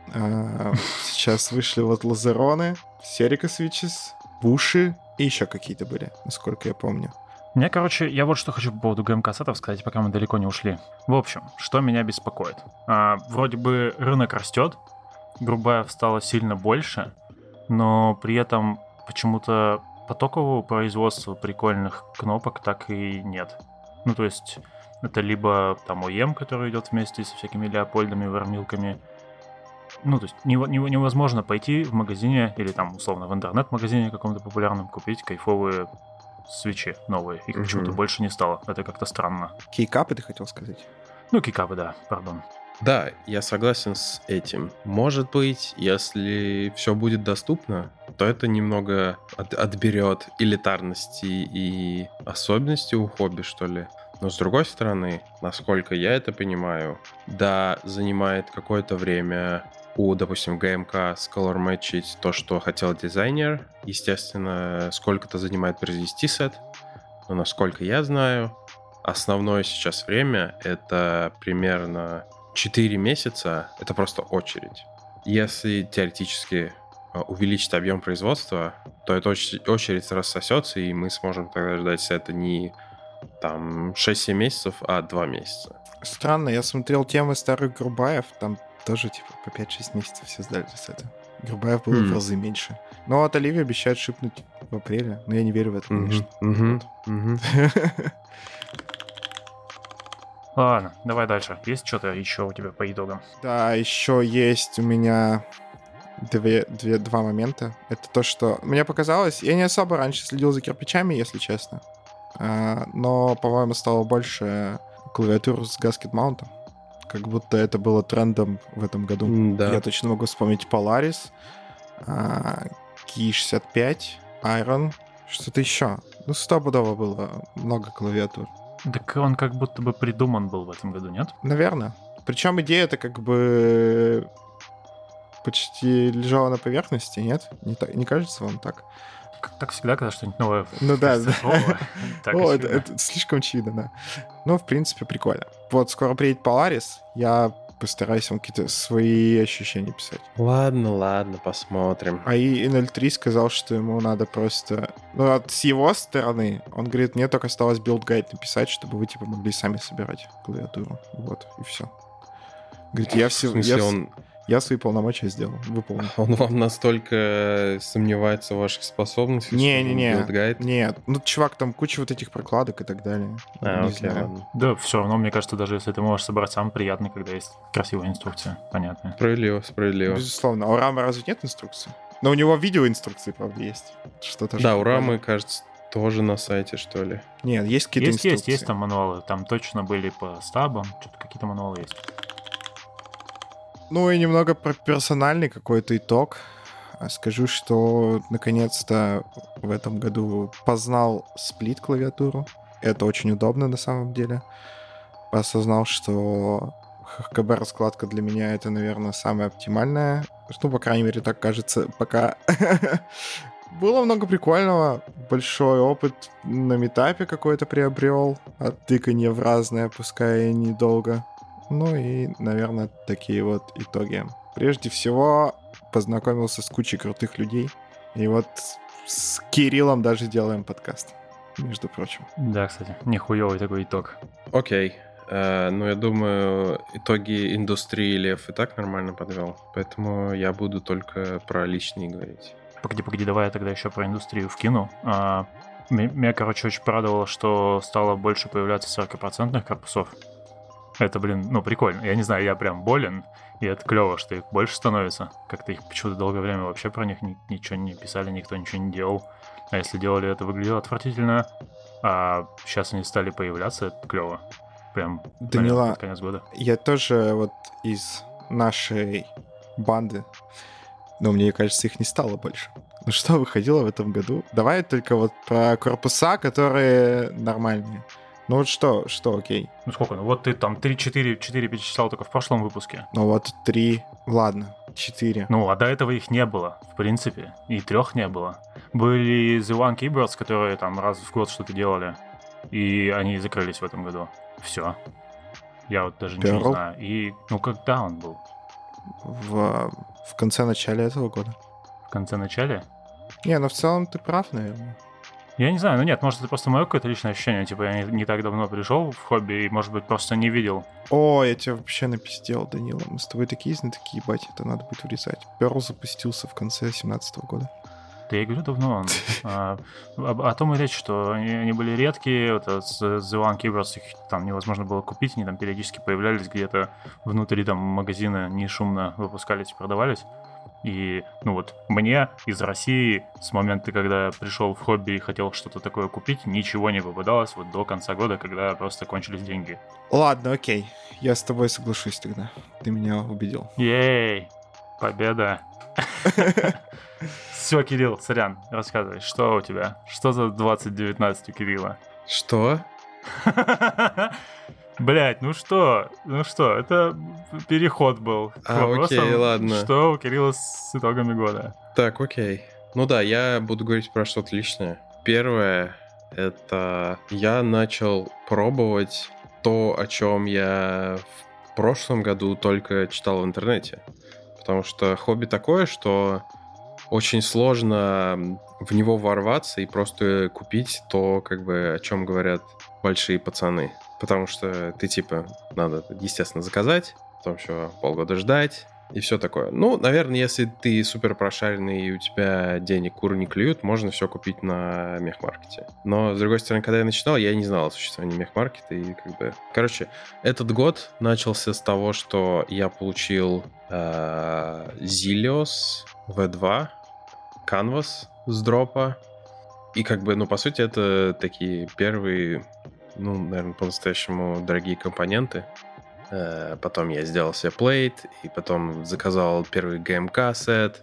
Сейчас вышли вот лазероны, Серика свечес, буши и еще какие-то были, насколько я помню. Мне, короче, я вот что хочу по поводу ГМК-сетов сказать, пока мы далеко не ушли. В общем, что меня беспокоит? А, вроде бы рынок растет, грубая стала сильно больше, но при этом почему-то потокового производства прикольных кнопок так и нет. Ну, то есть, это либо там о и эм, который идет вместе со всякими леопольдами, вармилками. Ну, то есть, невозможно пойти в магазине или там, условно, в интернет-магазине каком-то популярном купить кайфовые свечи новые. Их угу. почему-то больше не стало. Это как-то странно. Кейкапы ты хотел сказать? Ну, кейкапы, да, пардон. Да, я согласен с этим. Может быть, если все будет доступно, то это немного от- отберет элитарности и особенности у хобби, что ли. Но с другой стороны, насколько я это понимаю, да, занимает какое-то время у, допустим, ГМК сколор-мэтчить то, что хотел дизайнер. Естественно, сколько-то занимает произвести сет. Но насколько я знаю, основное сейчас время — это примерно четыре месяца. Это просто очередь. Если теоретически увеличить объем производства, то эта очередь рассосется, и мы сможем тогда ждать сета не там шесть-семь месяцев, а два месяца. Странно, я смотрел темы старых Грубаев, там тоже типа по пять-шесть месяцев все сдали сеты. Грубаев было mm. в разы меньше. Но от Оливии обещают шипнуть в апреле, но я не верю в это, конечно. Mm-hmm. Mm-hmm. Ладно, давай дальше. Есть что-то еще у тебя по итогам? Да, еще есть у меня две, две, два момента. Это то, что мне показалось... Я не особо раньше следил за кирпичами, если честно. А, но, по-моему, стало больше клавиатур с гаскет-маунтом. Как будто это было трендом в этом году. Да. Я точно могу вспомнить Polaris, Ки шестьдесят пять, Iron, что-то еще. Ну, стопудово было много клавиатур. Так он как будто бы придуман был в этом году, нет? Наверное. Причем идея-то как бы почти лежала на поверхности, нет? Не, так, не кажется вам так? Как так всегда, когда что-нибудь новое. Ну да, да. О, это, это слишком очевидно, да. Ну, в принципе, прикольно. Вот скоро приедет Polaris, я постараюсь вам какие-то свои ощущения писать. Ладно, ладно, посмотрим. А и эн эл три сказал, что ему надо просто... Ну, от, с его стороны, он говорит, мне только осталось билд-гайд написать, чтобы вы, типа, могли сами собирать клавиатуру. Вот, и все. Говорит, я все... В смысле, я, он... я свои полномочия сделал, выполнил. Он вам настолько сомневается в ваших способностях? Не-не-не, билд-гайд? Нет. Ну, чувак, там куча вот этих прокладок и так далее. А, не окей, знаю. ладно. Да, все равно, мне кажется, даже если ты можешь собрать сам, приятно, когда есть красивая инструкция, понятно. Справедливо, справедливо. Безусловно. А у Рамы разве нет инструкции? Но у него видеоинструкции, правда, есть. Что-то да, у Рамы, кажется, тоже на сайте, что ли. Нет, есть какие-то есть, инструкции. Есть, есть там мануалы. Там точно были по стабам, что-то какие-то мануалы есть. Ну и немного про персональный какой-то итог. Скажу, что наконец-то в этом году познал сплит-клавиатуру. Это очень удобно на самом деле. Осознал, что эйч ка бэ-раскладка для меня это, наверное, самая оптимальная. Ну, по крайней мере, так кажется, пока. Было много прикольного. Большой опыт на митапе какой-то приобрел. От тыканья в разное, пускай и недолго. Ну и, наверное, такие вот итоги. Прежде всего, познакомился с кучей крутых людей. И вот с Кириллом даже делаем подкаст, между прочим. Да, кстати, нихуёвый такой итог. Окей. Э, но я думаю, итоги индустрии Лев и так нормально подвел. Поэтому я буду только про личные говорить. Погоди, погоди, давай я тогда еще про индустрию вкину. А, м- меня, короче, очень порадовало, что стало больше появляться сорокопроцентных корпусов. Это, блин, ну, прикольно. Я не знаю, я прям болен, и это клево, что их больше становится. Как-то их почему-то долгое время вообще про них ни- ничего не писали, никто ничего не делал. А если делали, это выглядело отвратительно. А сейчас они стали появляться, это клево. Прям, наверное, Данила, под конец года. я тоже вот из нашей банды, но мне кажется, их не стало больше. Ну что выходило в этом году? Давай только вот про корпуса, которые нормальные. Ну вот что, что, окей. Ну сколько? Ну вот ты там три-четыре перечислял только в прошлом выпуске. Ну вот три, ладно, четыре. Ну, а до этого их не было, в принципе. И трех не было. Были The One Keyboards, которые там раз в год что-то делали. И они закрылись в этом году. Все. Я вот даже ничего Pearl? не знаю. И, ну, когда он был? В, в конце-начале этого года. В конце-начале? Не, ну в целом ты прав, наверное. Я не знаю, ну нет, может, это просто мое какое-то личное ощущение. Типа, я не, не так давно пришел в хобби и, может быть, просто не видел. О, я тебя вообще напиздел, Данила. Мы с тобой такие знатоки, ебать, это надо будет вырезать. Перл запустился в конце семнадцатого года. Да я говорю, давно он. А, о, о том и речь, что они, они были редкие. Вот с The One Keyboards их там невозможно было купить. Они там периодически появлялись где-то внутри там магазина, не шумно выпускались и продавались. И, ну вот, мне из России с момента, когда я пришел в хобби и хотел что-то такое купить, ничего не попадалось вот до конца года, когда просто кончились деньги. Ладно, окей. Я с тобой соглашусь тогда. Ты меня убедил. Ей! Победа! Все, Кирилл, сорян, рассказывай, что у тебя? Что за двадцать девятнадцать у Кирилла? Что? Блять, ну что? Ну что, это переход был к А, вопросам, окей, ладно. что у Кирилла с итогами года. Так, окей. Ну да, я буду говорить про что-то личное. Первое, это я начал пробовать то, о чем я в прошлом году только читал в интернете. Потому что хобби такое, что очень сложно в него ворваться и просто купить то, как бы, о чем говорят большие пацаны. Потому что ты, типа, надо, естественно, заказать, потом еще полгода ждать и все такое. Ну, наверное, если ты супер прошаренный и у тебя денег куры не клюют, можно все купить на мехмаркете. Но, с другой стороны, когда я начинал, я не знал о существовании мехмаркета и как бы... Короче, этот год начался с того, что я получил э, Zilios ви два, Canvas с дропа. И как бы, ну, по сути, это такие первые, ну, наверное, по-настоящему дорогие компоненты. Э, потом я сделал себе плейт, и потом заказал первый джи эм кей-сет.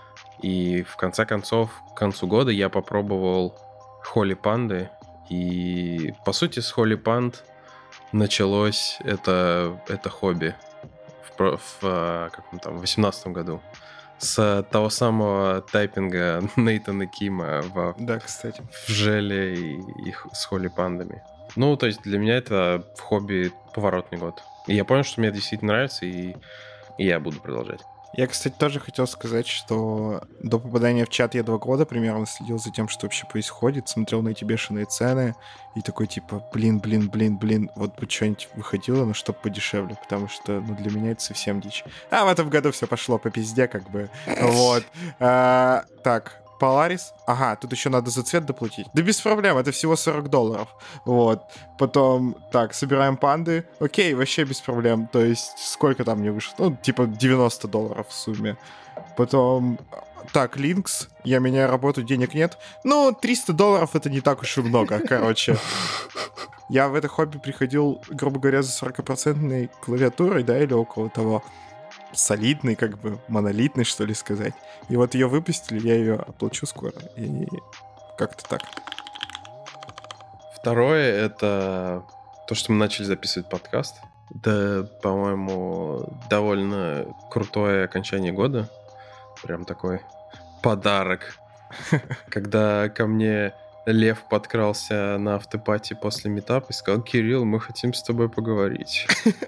И в конце концов, к концу года я попробовал Holy Panda. И, по сути, с Holy Pand началось это, это хобби в, в, в каком там, восемнадцатом году. С того самого тайпинга Нейтана Кима в, Да, кстати. в желе и, и с Холли Пандами. Ну, то есть для меня это в хобби поворотный год. И я понял, что мне действительно нравится, и, и я буду продолжать. Я, кстати, тоже хотел сказать, что до попадания в чат я два года примерно следил за тем, что вообще происходит, смотрел на эти бешеные цены и такой типа, блин, блин, блин, блин, вот бы что-нибудь выходило, но чтоб подешевле, потому что, ну, для меня это совсем дичь. А в этом году все пошло по пизде, как бы, вот. А, так, Polaris. Ага, тут еще надо за цвет доплатить. Да без проблем, это всего сорок долларов. Вот. Потом, так, собираем панды. Окей, вообще без проблем. То есть, сколько там мне вышло? Ну, типа девяносто долларов в сумме. Потом, так, Lynx. Я меняю работу, денег нет. Ну, триста долларов это не так уж и много, короче. Я в это хобби приходил, грубо говоря, за сорокопроцентной клавиатурой, да, или около того. Солидный, как бы, монолитный, что ли, сказать. И вот ее выпустили, я ее оплачу скоро. И как-то так. Второе, это то, что мы начали записывать подкаст. Это, по-моему, довольно крутое окончание года. Прям такой подарок. Когда ко мне Лев подкрался на автопати после митапа и сказал: Кирилл, мы хотим с тобой поговорить.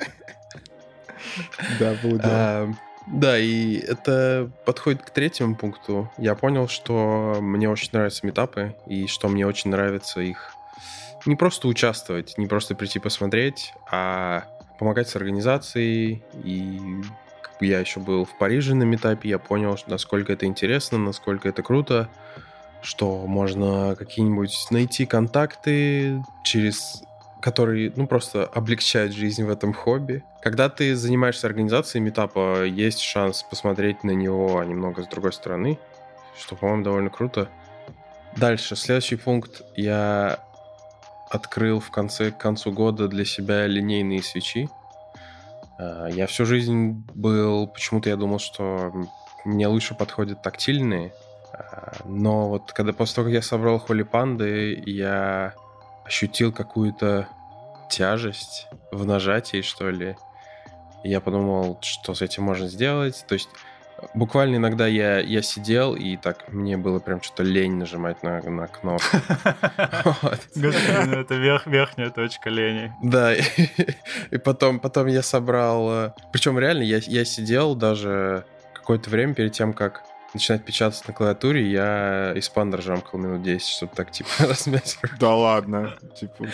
Да, было дело. А, да, и это подходит к третьему пункту. Я понял, что мне очень нравятся митапы, и что мне очень нравится их не просто участвовать, не просто прийти посмотреть, а помогать с организацией. И как бы я еще был в Париже на митапе, я понял, насколько это интересно, насколько это круто, что можно какие-нибудь найти контакты, через которые, ну, просто облегчают жизнь в этом хобби. Когда ты занимаешься организацией митапа, есть шанс посмотреть на него немного с другой стороны, что, по-моему, довольно круто. Дальше, следующий пункт. Я открыл в конце, к концу года для себя линейные свечи. Я всю жизнь был... Почему-то я думал, что мне лучше подходят тактильные. Но вот когда после того, как я собрал Holy Panda, я ощутил какую-то тяжесть в нажатии, что ли. И я подумал, что с этим можно сделать. То есть буквально иногда я, я сидел, и так мне было прям что-то лень нажимать на, на кнопку. Господин, это верхняя точка лени. Да, и потом, потом я собрал... Причем реально я, я сидел даже какое-то время перед тем, как начинать печататься на клавиатуре, я Expander жамкал минут десять, чтобы так, типа, размять. Да ладно. Типа,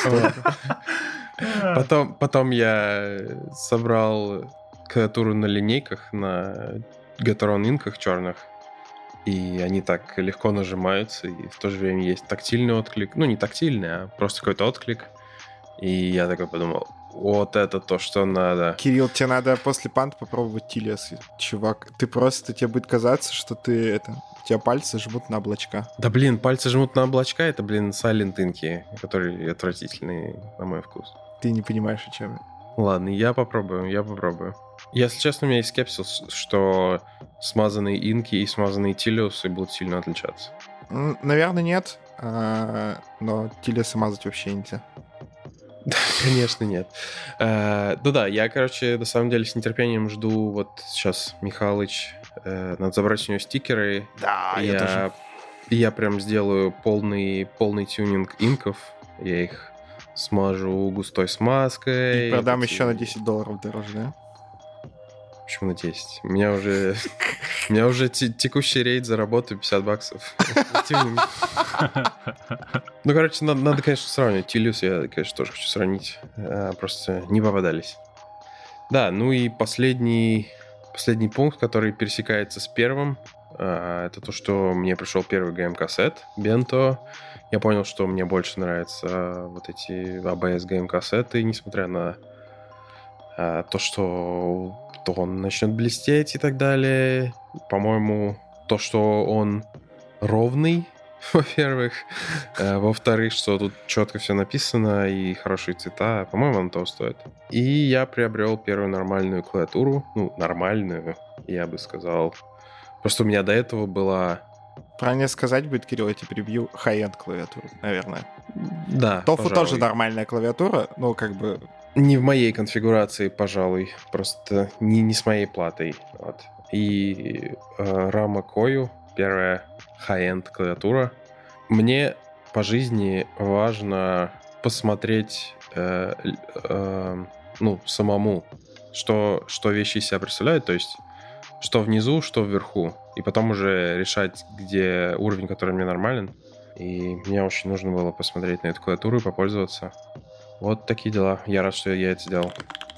потом, потом я собрал клавиатуру на линейках, на Gateron инках черных, и они так легко нажимаются, и в то же время есть тактильный отклик. Ну, не тактильный, а просто какой-то отклик. И я такой подумал, вот это то, что надо. Кирилл, тебе надо после панд попробовать Тилиас, чувак. Ты просто, тебе будет казаться, что ты это... У тебя пальцы жмут на облачка. Да блин, пальцы жмут на облачка, это, блин, Silent инки, которые отвратительные, на мой вкус. Ты не понимаешь, о чем я. Ладно, я попробую, я попробую. Если честно, у меня есть скепсис, что смазанные инки и смазанные Тилиусы будут сильно отличаться. Наверное, нет, но Тилиусы мазать вообще нельзя. Конечно, нет. Uh, ну да, я, короче, на самом деле с нетерпением жду. Вот сейчас Михалыч, uh, надо забрать у него стикеры. Да, я, я тоже. Я прям сделаю полный, полный тюнинг инков. Я их смажу густой смазкой. И продам эти... еще на десять долларов дороже, да? Почему на десять? У меня уже... У меня уже текущий рейд за работу пятьдесят баксов. Ну, короче, надо, надо, конечно, сравнивать. Тилиус я, конечно, тоже хочу сравнить. А, просто не попадались. Да, ну и последний, последний пункт, который пересекается с первым, а, это то, что мне пришел первый джи эм-кассет, Bento. Я понял, что мне больше нравятся вот эти эй би эс джи эм-кассеты, несмотря на а, то, что то он начнет блестеть и так далее. По-моему, то, что он ровный, во-первых. А, во-вторых, что тут четко все написано и хорошие цвета. По-моему, он того стоит. И я приобрел первую нормальную клавиатуру. Ну, нормальную, я бы сказал. Просто у меня до этого была... Правильно сказать будет, Кирилл, я тебе прибью хай-энд клавиатуру, наверное. Да, Тофу пожалуй. тоже нормальная клавиатура, но как бы... Не в моей конфигурации, пожалуй. Просто не, не с моей платой. Вот. И э, Rama Koyu, первая high-end клавиатура. Мне по жизни важно посмотреть э, э, ну, самому, что, что вещи из себя представляют, то есть что внизу, что вверху. И потом уже решать, где уровень, который мне нормален. И мне очень нужно было посмотреть на эту клавиатуру и попользоваться. Вот такие дела. Я рад, что я это сделал.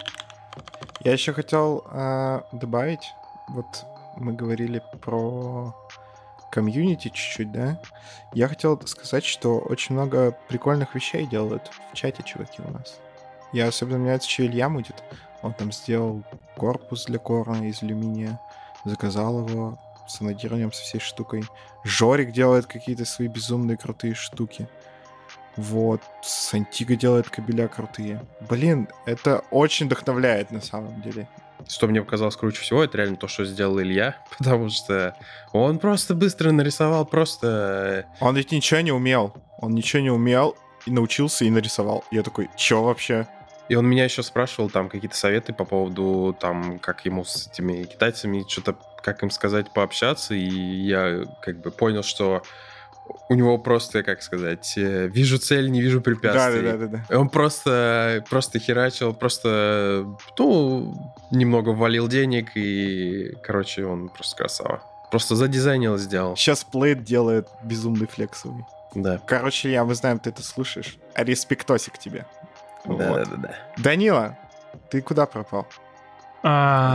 Я еще хотел э, добавить, вот мы говорили про комьюнити чуть-чуть, да? Я хотел сказать, что очень много прикольных вещей делают в чате чуваки у нас. Я особенно мне нравится, что Илья мутит. Он там сделал корпус для корна из алюминия, заказал его с анодированием, со всей штукой. Жорик делает какие-то свои безумные крутые штуки. Вот, Сантиго делает кабеля крутые. Блин, это очень вдохновляет на самом деле. Что мне показалось круче всего, это реально то, что сделал Илья, потому что он просто быстро нарисовал, просто... Он ведь ничего не умел. Он ничего не умел, и научился, и нарисовал. Я такой, чё вообще? И он меня еще спрашивал там какие-то советы по поводу, там, как ему с этими китайцами, что-то, как им сказать, пообщаться, и я как бы понял, что у него просто, как сказать, вижу цель, не вижу препятствий. Да, да, да, да. Он просто, просто херачил, просто, ну, немного ввалил денег, и, короче, он просто красава. Просто задизайнил и сделал. Сейчас Плейд делает безумный флексовый. Да. Короче, я, мы знаем, ты это слушаешь. Респектосик тебе. Вот. Да-да-да. Данила, ты куда пропал? А,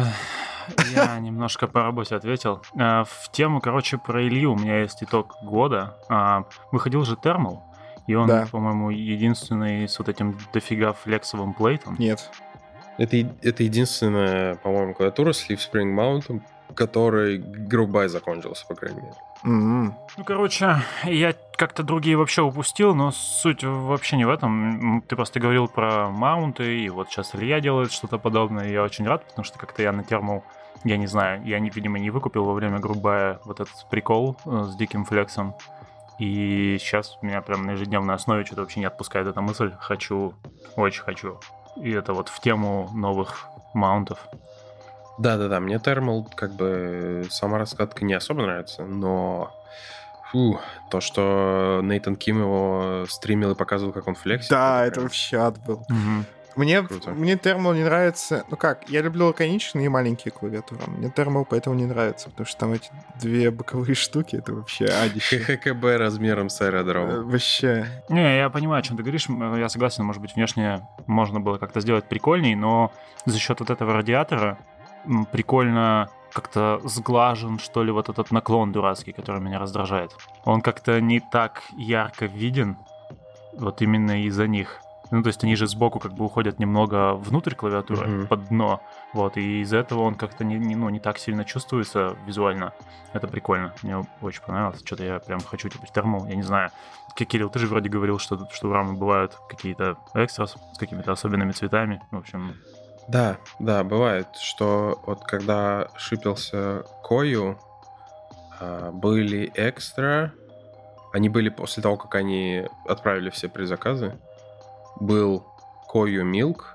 Я немножко по работе ответил. А, В тему, короче, про Илью у меня есть итог года. А, Выходил же Thermal, и он, Да. по-моему, единственный с вот этим дофига флексовым плейтом. Нет. Это, е- это единственная, по-моему, клавиатура с Leaf Spring Mount, которой грубай закончился, по крайней мере. М-м. Ну, короче, я как-то другие вообще упустил, но суть вообще не в этом. М, Ты просто говорил про маунты, и вот сейчас Илья делает что-то подобное, и я очень рад, потому что как-то я на термал, я не знаю, я, не, видимо, не выкупил во время грубая вот этот прикол э, с диким флексом. И сейчас меня прям на ежедневной основе что-то вообще не отпускает эта мысль. Хочу, очень хочу. И это вот в тему новых маунтов. Да-да-да, мне Thermal, как бы, сама раскатка не особо нравится, но фу, то, что Нейтан Ким его стримил и показывал, как он флексит. Да, это прям- вообще ад был. Мгм. Мне, Круто. мне Thermal не нравится. Ну как, я люблю лаконичные и маленькие клавиатуры. Мне Thermal поэтому не нравится, потому что там эти две боковые штуки, это вообще адище. ХХКБ размером с Э, аэродромом. Вообще. Не, я понимаю, о чем ты говоришь. М, Я согласен, может быть, внешне можно было как-то сделать прикольней, но за счет вот этого радиатора м, прикольно как-то сглажен, что ли, вот этот наклон дурацкий, который меня раздражает. Он как-то не так ярко виден, вот именно из-за них. Ну, то есть они же сбоку как бы уходят немного внутрь клавиатуры, Мгм. под дно, вот, и из-за этого он как-то не, не, ну, не так сильно чувствуется визуально. Это прикольно, мне очень понравилось. Что-то я прям хочу, типа, термал, я не знаю. К- Кирилл, ты же вроде говорил, что, что у рамы бывают какие-то экстрас с какими-то особенными цветами. В общем, Да, да, бывает, что вот когда шипился Кою, а, были экстра, они были после того, как они отправили все предзаказы, был Кою Милк,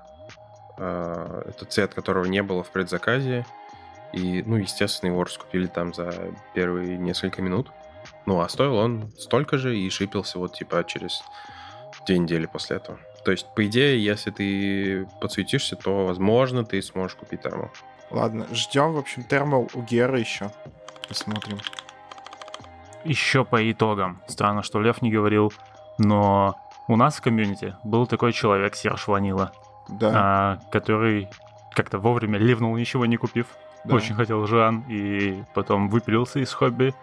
а, это цвет, которого не было в предзаказе, и, ну, естественно, его раскупили там за первые несколько минут, ну, а стоил он столько же и шипился вот, типа, через две недели после этого. То есть, по идее, если ты подсветишься, то, возможно, ты сможешь купить термо. Ладно, ждем, в общем, Thermal у Геры еще. Посмотрим. еще по итогам. Странно, что Лев не говорил, но у нас в комьюнити был такой человек, Серж Ванила, Да, а, который как-то вовремя ливнул, ничего не купив. да. Очень хотел Жан и потом выпилился из хобби.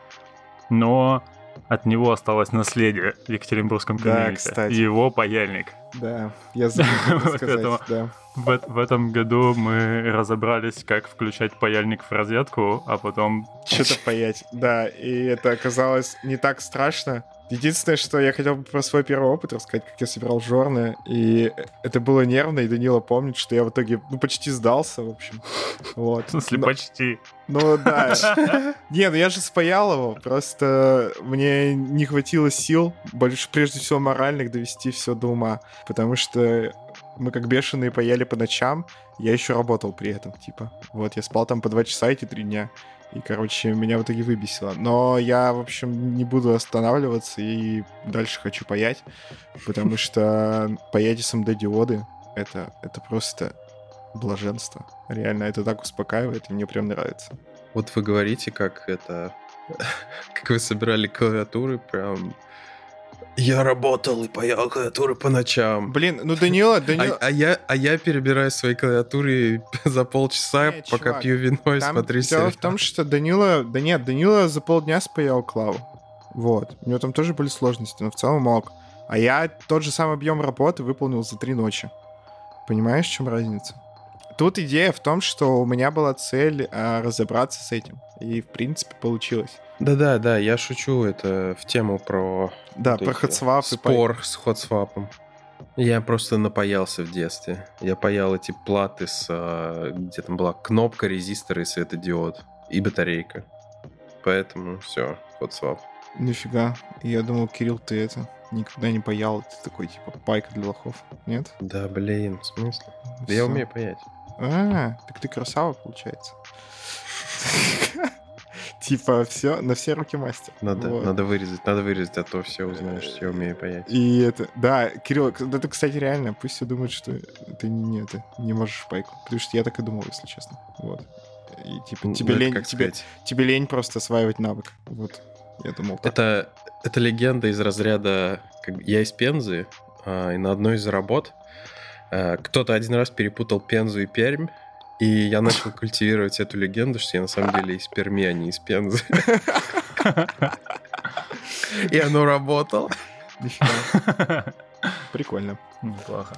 Но от него осталось наследие в Екатеринбургском Да, комьюнити. кстати. Его паяльник. Да, я забыл это Вот сказать, этого. да. В, в этом году мы разобрались, как включать паяльник в розетку, а потом... Что-то паять. Да, и это оказалось не так страшно. Единственное, что я хотел бы про свой первый опыт рассказать, как я собирал жорны, и это было нервно, и Данила помнит, что я в итоге, ну, почти сдался, в общем. Вот. В смысле, Но- почти. Ну да. Не, ну я же спаял его, просто мне не хватило сил, больше прежде всего моральных, довести все до ума, потому что мы как бешеные паяли по ночам, я еще работал при этом, типа. Вот, я спал там по два часа эти три дня, и, короче, меня в итоге выбесило. Но я, в общем, не буду останавливаться и дальше хочу паять, потому что паять эс эм ди-диоды — это, это просто блаженство. Реально, это так успокаивает, и мне прям нравится. Вот вы говорите, как это... Как вы собирали клавиатуры, прям... Я работал и паял клавиатуры по ночам. Блин, ну Данила, А, Данила... а я, а я перебираю свои клавиатуры за полчаса, Не, пока чувак, пью вино и Там смотрю дело сериал. в том, что Данила... Да нет, Данила за полдня спаял клаву. Вот. У него там тоже были сложности, но в целом мог. А я тот же самый объем работы выполнил за три ночи. Понимаешь, в чем разница? Тут идея в том, что у меня была цель а, разобраться с этим. И, в принципе, получилось. Да-да, да, я шучу, это в тему про Да, вот про эти ходсвап и пай- спор с ходсвапом. Я просто напаялся в детстве. Я паял эти платы с... а, где там была кнопка, резистор и светодиод. И батарейка. Поэтому все, ходсвап. Нифига. И я думал, Кирилл, ты это никогда не паял. Ты такой, типа, пайка для лохов. Нет? Да, блин, в смысле? Да я Всё. умею паять. А, так ты красава, получается. Типа, все, на все руки мастер. Надо, Вот. надо вырезать, надо вырезать, а то все узнают, что я умею паять. И это, да, Кирилл, это, кстати, реально, пусть все думают, что ты не, не, это, не можешь в пайку. Потому что я так и думал, если честно. Вот. И типа, Ну, тебе это лень, как тебе, сказать, тебе лень просто осваивать навык. Вот. Я думал, так. Это, это легенда из разряда... Как, я из Пензы, а, и на одной из работ а, кто-то один раз перепутал Пензу и Пермь, и я начал культивировать эту легенду, что я на самом деле из Перми, а не из Пензы. И оно работало. Нифига. Прикольно. Неплохо.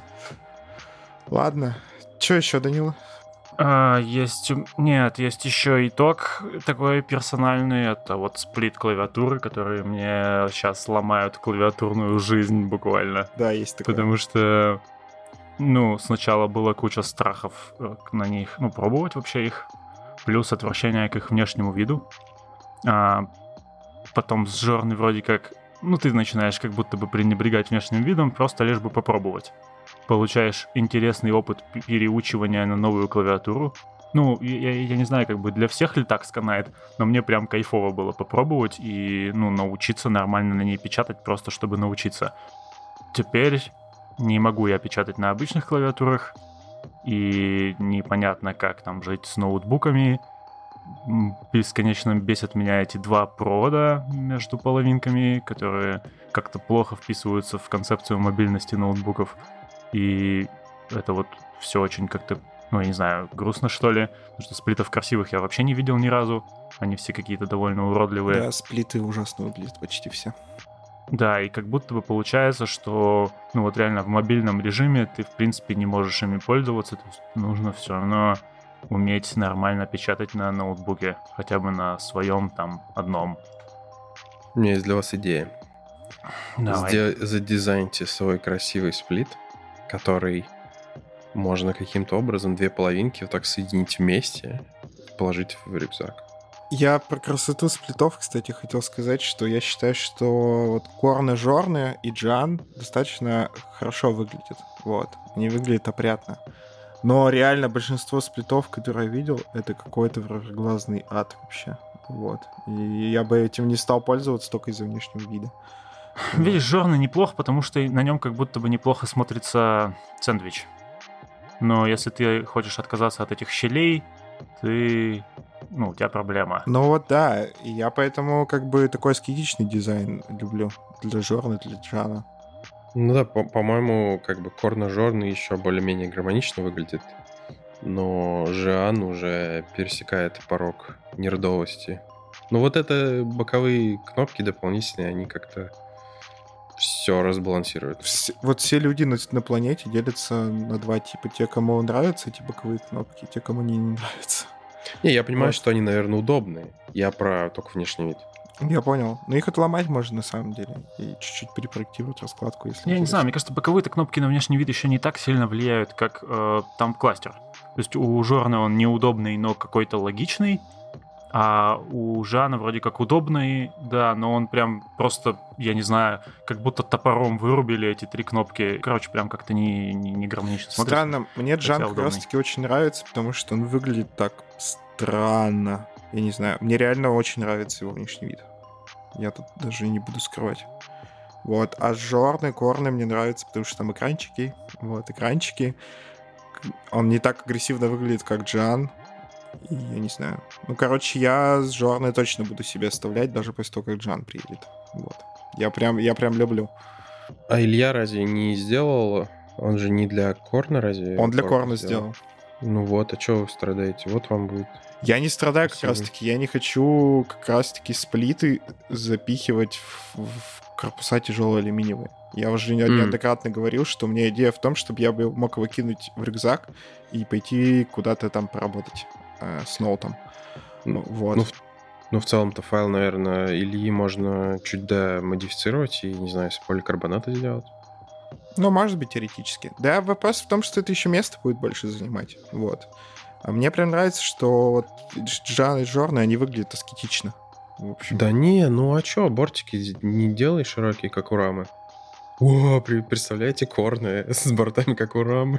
Ладно. Что еще, Данила? А, есть... у- Нет, есть еще итог такой персональный. Это вот сплит клавиатуры, которые мне сейчас ломают клавиатурную жизнь буквально. Да, есть такое. Потому что, ну, сначала была куча страхов э, на них, ну, пробовать вообще их. Плюс отвращение к их внешнему виду. А потом с жорны вроде как... Ну, ты начинаешь как будто бы пренебрегать внешним видом, просто лишь бы попробовать. Получаешь интересный опыт п- переучивания на новую клавиатуру. Ну, я, я- я не знаю, как бы для всех ли так сканает, но мне прям кайфово было попробовать и, ну, научиться нормально на ней печатать, просто чтобы научиться. Теперь не могу я печатать на обычных клавиатурах, и непонятно, как там жить с ноутбуками. М, Бесконечно бесят меня эти два провода между половинками, которые как-то плохо вписываются в концепцию мобильности ноутбуков. И это вот все очень как-то, ну, я не знаю, грустно, что ли. Потому что сплитов красивых я вообще не видел ни разу. Они все какие-то довольно уродливые. Да, сплиты ужасно выглядят почти все. Да, и как будто бы получается, что, ну вот реально в мобильном режиме ты, в принципе, не можешь ими пользоваться, то есть нужно все равно уметь нормально печатать на ноутбуке, хотя бы на своем там одном. У меня есть для вас идея. Давай. Сде- Задизайньте свой красивый сплит, который можно каким-то образом две половинки вот так соединить вместе, положить в рюкзак. Я про красоту сплитов, кстати, хотел сказать, что я считаю, что вот Корны, Жорны и Джан достаточно хорошо выглядят. Вот. Они выглядят опрятно. Но реально большинство сплитов, которые я видел, это какой-то вражеглазный ад вообще. Вот. И я бы этим не стал пользоваться только из-за внешнего вида. Видишь, жорный неплох, потому что на нем как будто бы неплохо смотрится сэндвич. Но если ты хочешь отказаться от этих щелей, ты... Ну, у тебя проблема. Ну вот да, и я поэтому как бы такой аскетичный дизайн люблю. Для Жорны, для Джана. Ну да, по- по-моему, как бы корно-жорный еще более-менее гармонично выглядит, но Жиан уже пересекает порог нердовости. Ну вот это боковые кнопки дополнительные, они как-то все разбалансируют. Вс- вот все люди на, на планете делятся на два типа. Те, кому нравятся эти боковые кнопки, те, кому они не нравятся. Не, я понимаю, Вот. что они, наверное, удобные. Я про только внешний вид. Я понял. Но их отломать можно на самом деле. И чуть-чуть перепроектировать раскладку, если Я не интересно. знаю, мне кажется, боковые-то кнопки на внешний вид еще не так сильно влияют, как э, там кластер. То есть у Жорна он неудобный, но какой-то логичный, а у Жана вроде как удобный, да, но он прям просто, я не знаю, как будто топором вырубили эти три кнопки. Короче, прям как-то не, не, не гармонично смотрится. Странно. Мне хотя Джан как удобный. раз-таки очень нравится, потому что он выглядит так странно. Я не знаю. Мне реально очень нравится его внешний вид. Я тут даже не буду скрывать. Вот. А Жорны, Корны мне нравятся, потому что там экранчики. Вот, экранчики. Он не так агрессивно выглядит, как Джан. И я не знаю. Ну, короче, я с Жорной точно буду себе оставлять, даже после того, как Джан приедет. Вот. Я прям, я прям люблю. А Илья разве не сделал? Он же не для корна разве? Он для корпус Корна сделал. Ну вот, а что вы страдаете? Вот вам будет. Я не страдаю как Спасибо. раз-таки. Я не хочу как раз-таки сплиты запихивать в, в корпуса тяжелые алюминиевые. Я уже не- М. неоднократно говорил, что у меня идея в том, чтобы я бы мог его кинуть в рюкзак и пойти куда-то там поработать э, с ноутом. Ну, Вот. Ну, в, ну, в целом-то файл, наверное, Ильи можно чуть домодифицировать и, не знаю, с поликарбоната сделать. Ну, может быть, теоретически. Да, вопрос в том, что это еще место будет больше занимать. Вот. А мне прям нравится, что вот Джан и Жорны, они выглядят аскетично. В общем. Да не, ну а чё, бортики не делай широкие, как у рамы. О, при- представляете, корны с бортами, как у рамы.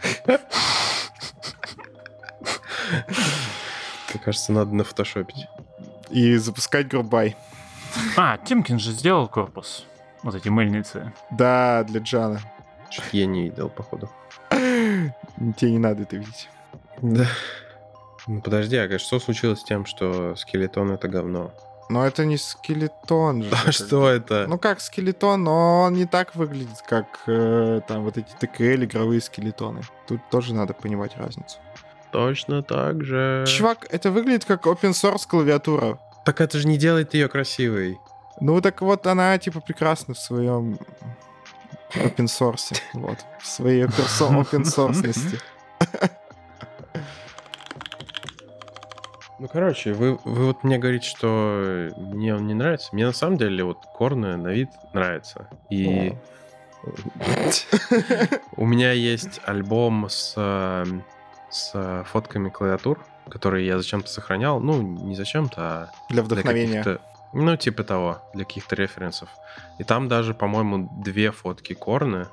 Мне кажется, надо нафотошопить. И запускать грубай. А, Тимкин же сделал корпус. Вот эти мыльницы. Да, для Джана. Что-то я не видел, походу. Тебе не надо это видеть. Да. Ну подожди, а что случилось с тем, что скелетон это говно? Но это не скелетон же. А как что бы. это? Ну как скелетон, но он не так выглядит, как э, там вот эти ТКЛ, игровые скелетоны. Тут тоже надо понимать разницу. Точно так же. Чувак, это выглядит как open source клавиатура. Так это же не делает ее красивой. Ну так вот она типа прекрасна в своем open source. Вот. В своей open source-ности. Ну, короче, вы, вы вот мне говорите, что мне он не нравится. Мне на самом деле вот корны на вид нравится. И у меня есть альбом с, с фотками клавиатур, которые я зачем-то сохранял. Ну, не зачем-то, а Для вдохновения. для ну, типа того, для каких-то референсов. И там даже, по-моему, две фотки корны.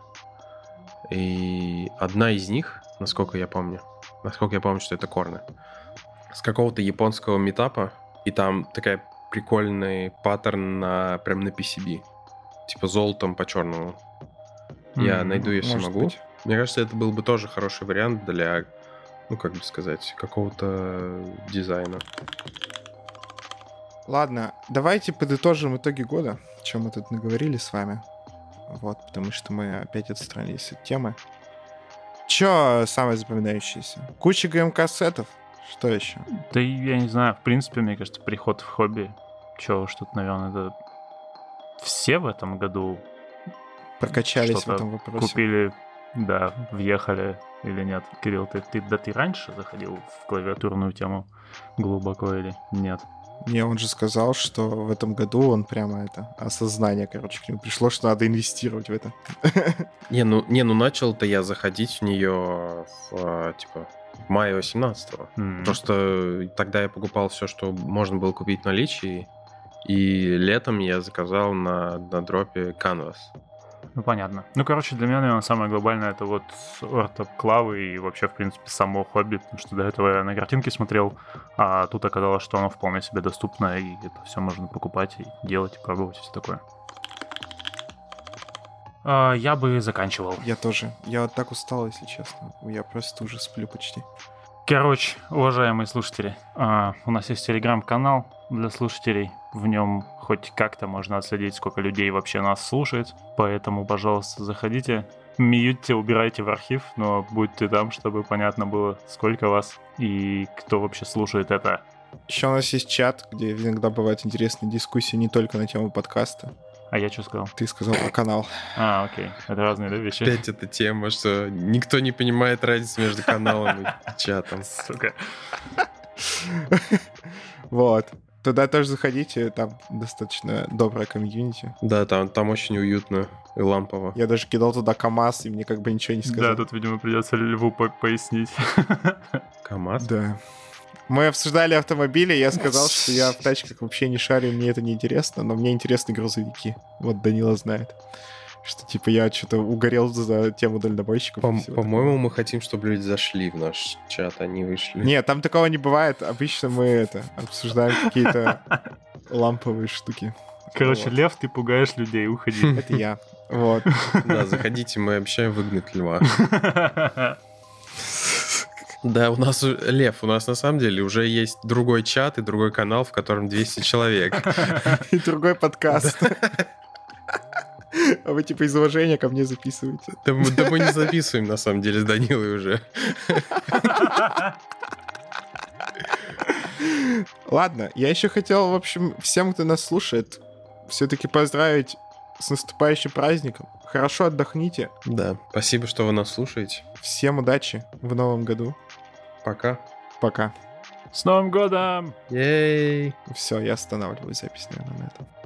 И одна из них, насколько я помню, насколько я помню, что это корны, с какого-то японского митапа, и там такая прикольный паттерн на, прям на пи си би. Типа золотом по черному. Я М, найду, если может могу. быть. Мне кажется, это был бы тоже хороший вариант для, ну, как бы сказать, какого-то дизайна. Ладно, давайте подытожим итоги года, чем мы тут наговорили с вами. Вот, потому что мы опять отстранились от темы. Чё самое запоминающееся? Куча ГМ-кассетов. Что еще? Да и я не знаю, в принципе, мне кажется, приход в хобби. Чё уж тут, наверное, это... Все в этом году Прокачались в что-то этом вопросе. купили, да, въехали или нет. Кирилл, ты, ты, да ты раньше заходил в клавиатурную тему глубоко или нет? Не, он же сказал, что в этом году он прямо это, осознание, короче, к нему пришло, что надо инвестировать в это. Не, ну, не, ну начал-то я заходить в нее в, типа, в мае восемнадцатого. М. Потому что тогда я покупал все, что можно было купить в наличии. И летом я заказал на, на дропе Canvas. Ну, понятно. Ну, короче, для меня, наверное, самое глобальное это вот ортоклавы и вообще, в принципе, само хобби, потому что до этого я на картинки смотрел, а тут оказалось, что оно вполне себе доступно, и это все можно покупать и делать, и пробовать, и все такое. А, я бы заканчивал. Я тоже. Я вот так устал, если честно. Я просто уже сплю почти. Короче, уважаемые слушатели, а, у нас есть телеграм-канал для слушателей. В нем хоть как-то можно отследить, сколько людей вообще нас слушает. Поэтому, пожалуйста, заходите, мьютьте, убирайте в архив, но будьте там, чтобы понятно было, сколько вас и кто вообще слушает это. Еще у нас есть чат, где иногда бывают интересные дискуссии не только на тему подкаста. А я что сказал? Ты сказал про канал. А, окей. Это разные, да, вещи? Опять эта тема, что никто не понимает разницу между каналом и чатом. Сука. Вот. Туда тоже заходите, там достаточно добрая комьюнити. Да, там, там очень уютно и лампово. Я даже кидал туда КамАЗ, и мне как бы ничего не Да, сказали. тут, видимо, придется Льву по- пояснить. КамАЗ? Да. Мы обсуждали автомобили, я сказал, что я в тачках вообще не шарю, мне это не интересно, но мне интересны грузовики. Вот Данила знает. Что типа я что-то угорел за тему дальнобойщиков. и По- всего По-моему, мы хотим, чтобы люди зашли в наш чат, они вышли. такого. Нет, там такого не бывает. Обычно мы это обсуждаем какие-то ламповые штуки. Короче, Вот. Лев, ты пугаешь людей, уходи. Это я. Вот. Да, заходите, мы обещаем выгнать льва. Да, у нас, у- Лев, у нас на самом деле уже есть другой чат и другой канал, в котором двести человек. И другой подкаст. А вы типа из уважения ко мне записываете. Да мы, да мы не записываем, на самом деле, с Данилой уже. Ладно, я еще хотел, в общем, всем, кто нас слушает, все-таки поздравить с наступающим праздником. Хорошо отдохните. Да, спасибо, что вы нас слушаете. Всем удачи в новом году. Пока. Пока. С Новым годом! Ей! Все, я останавливаю запись, наверное, на этом.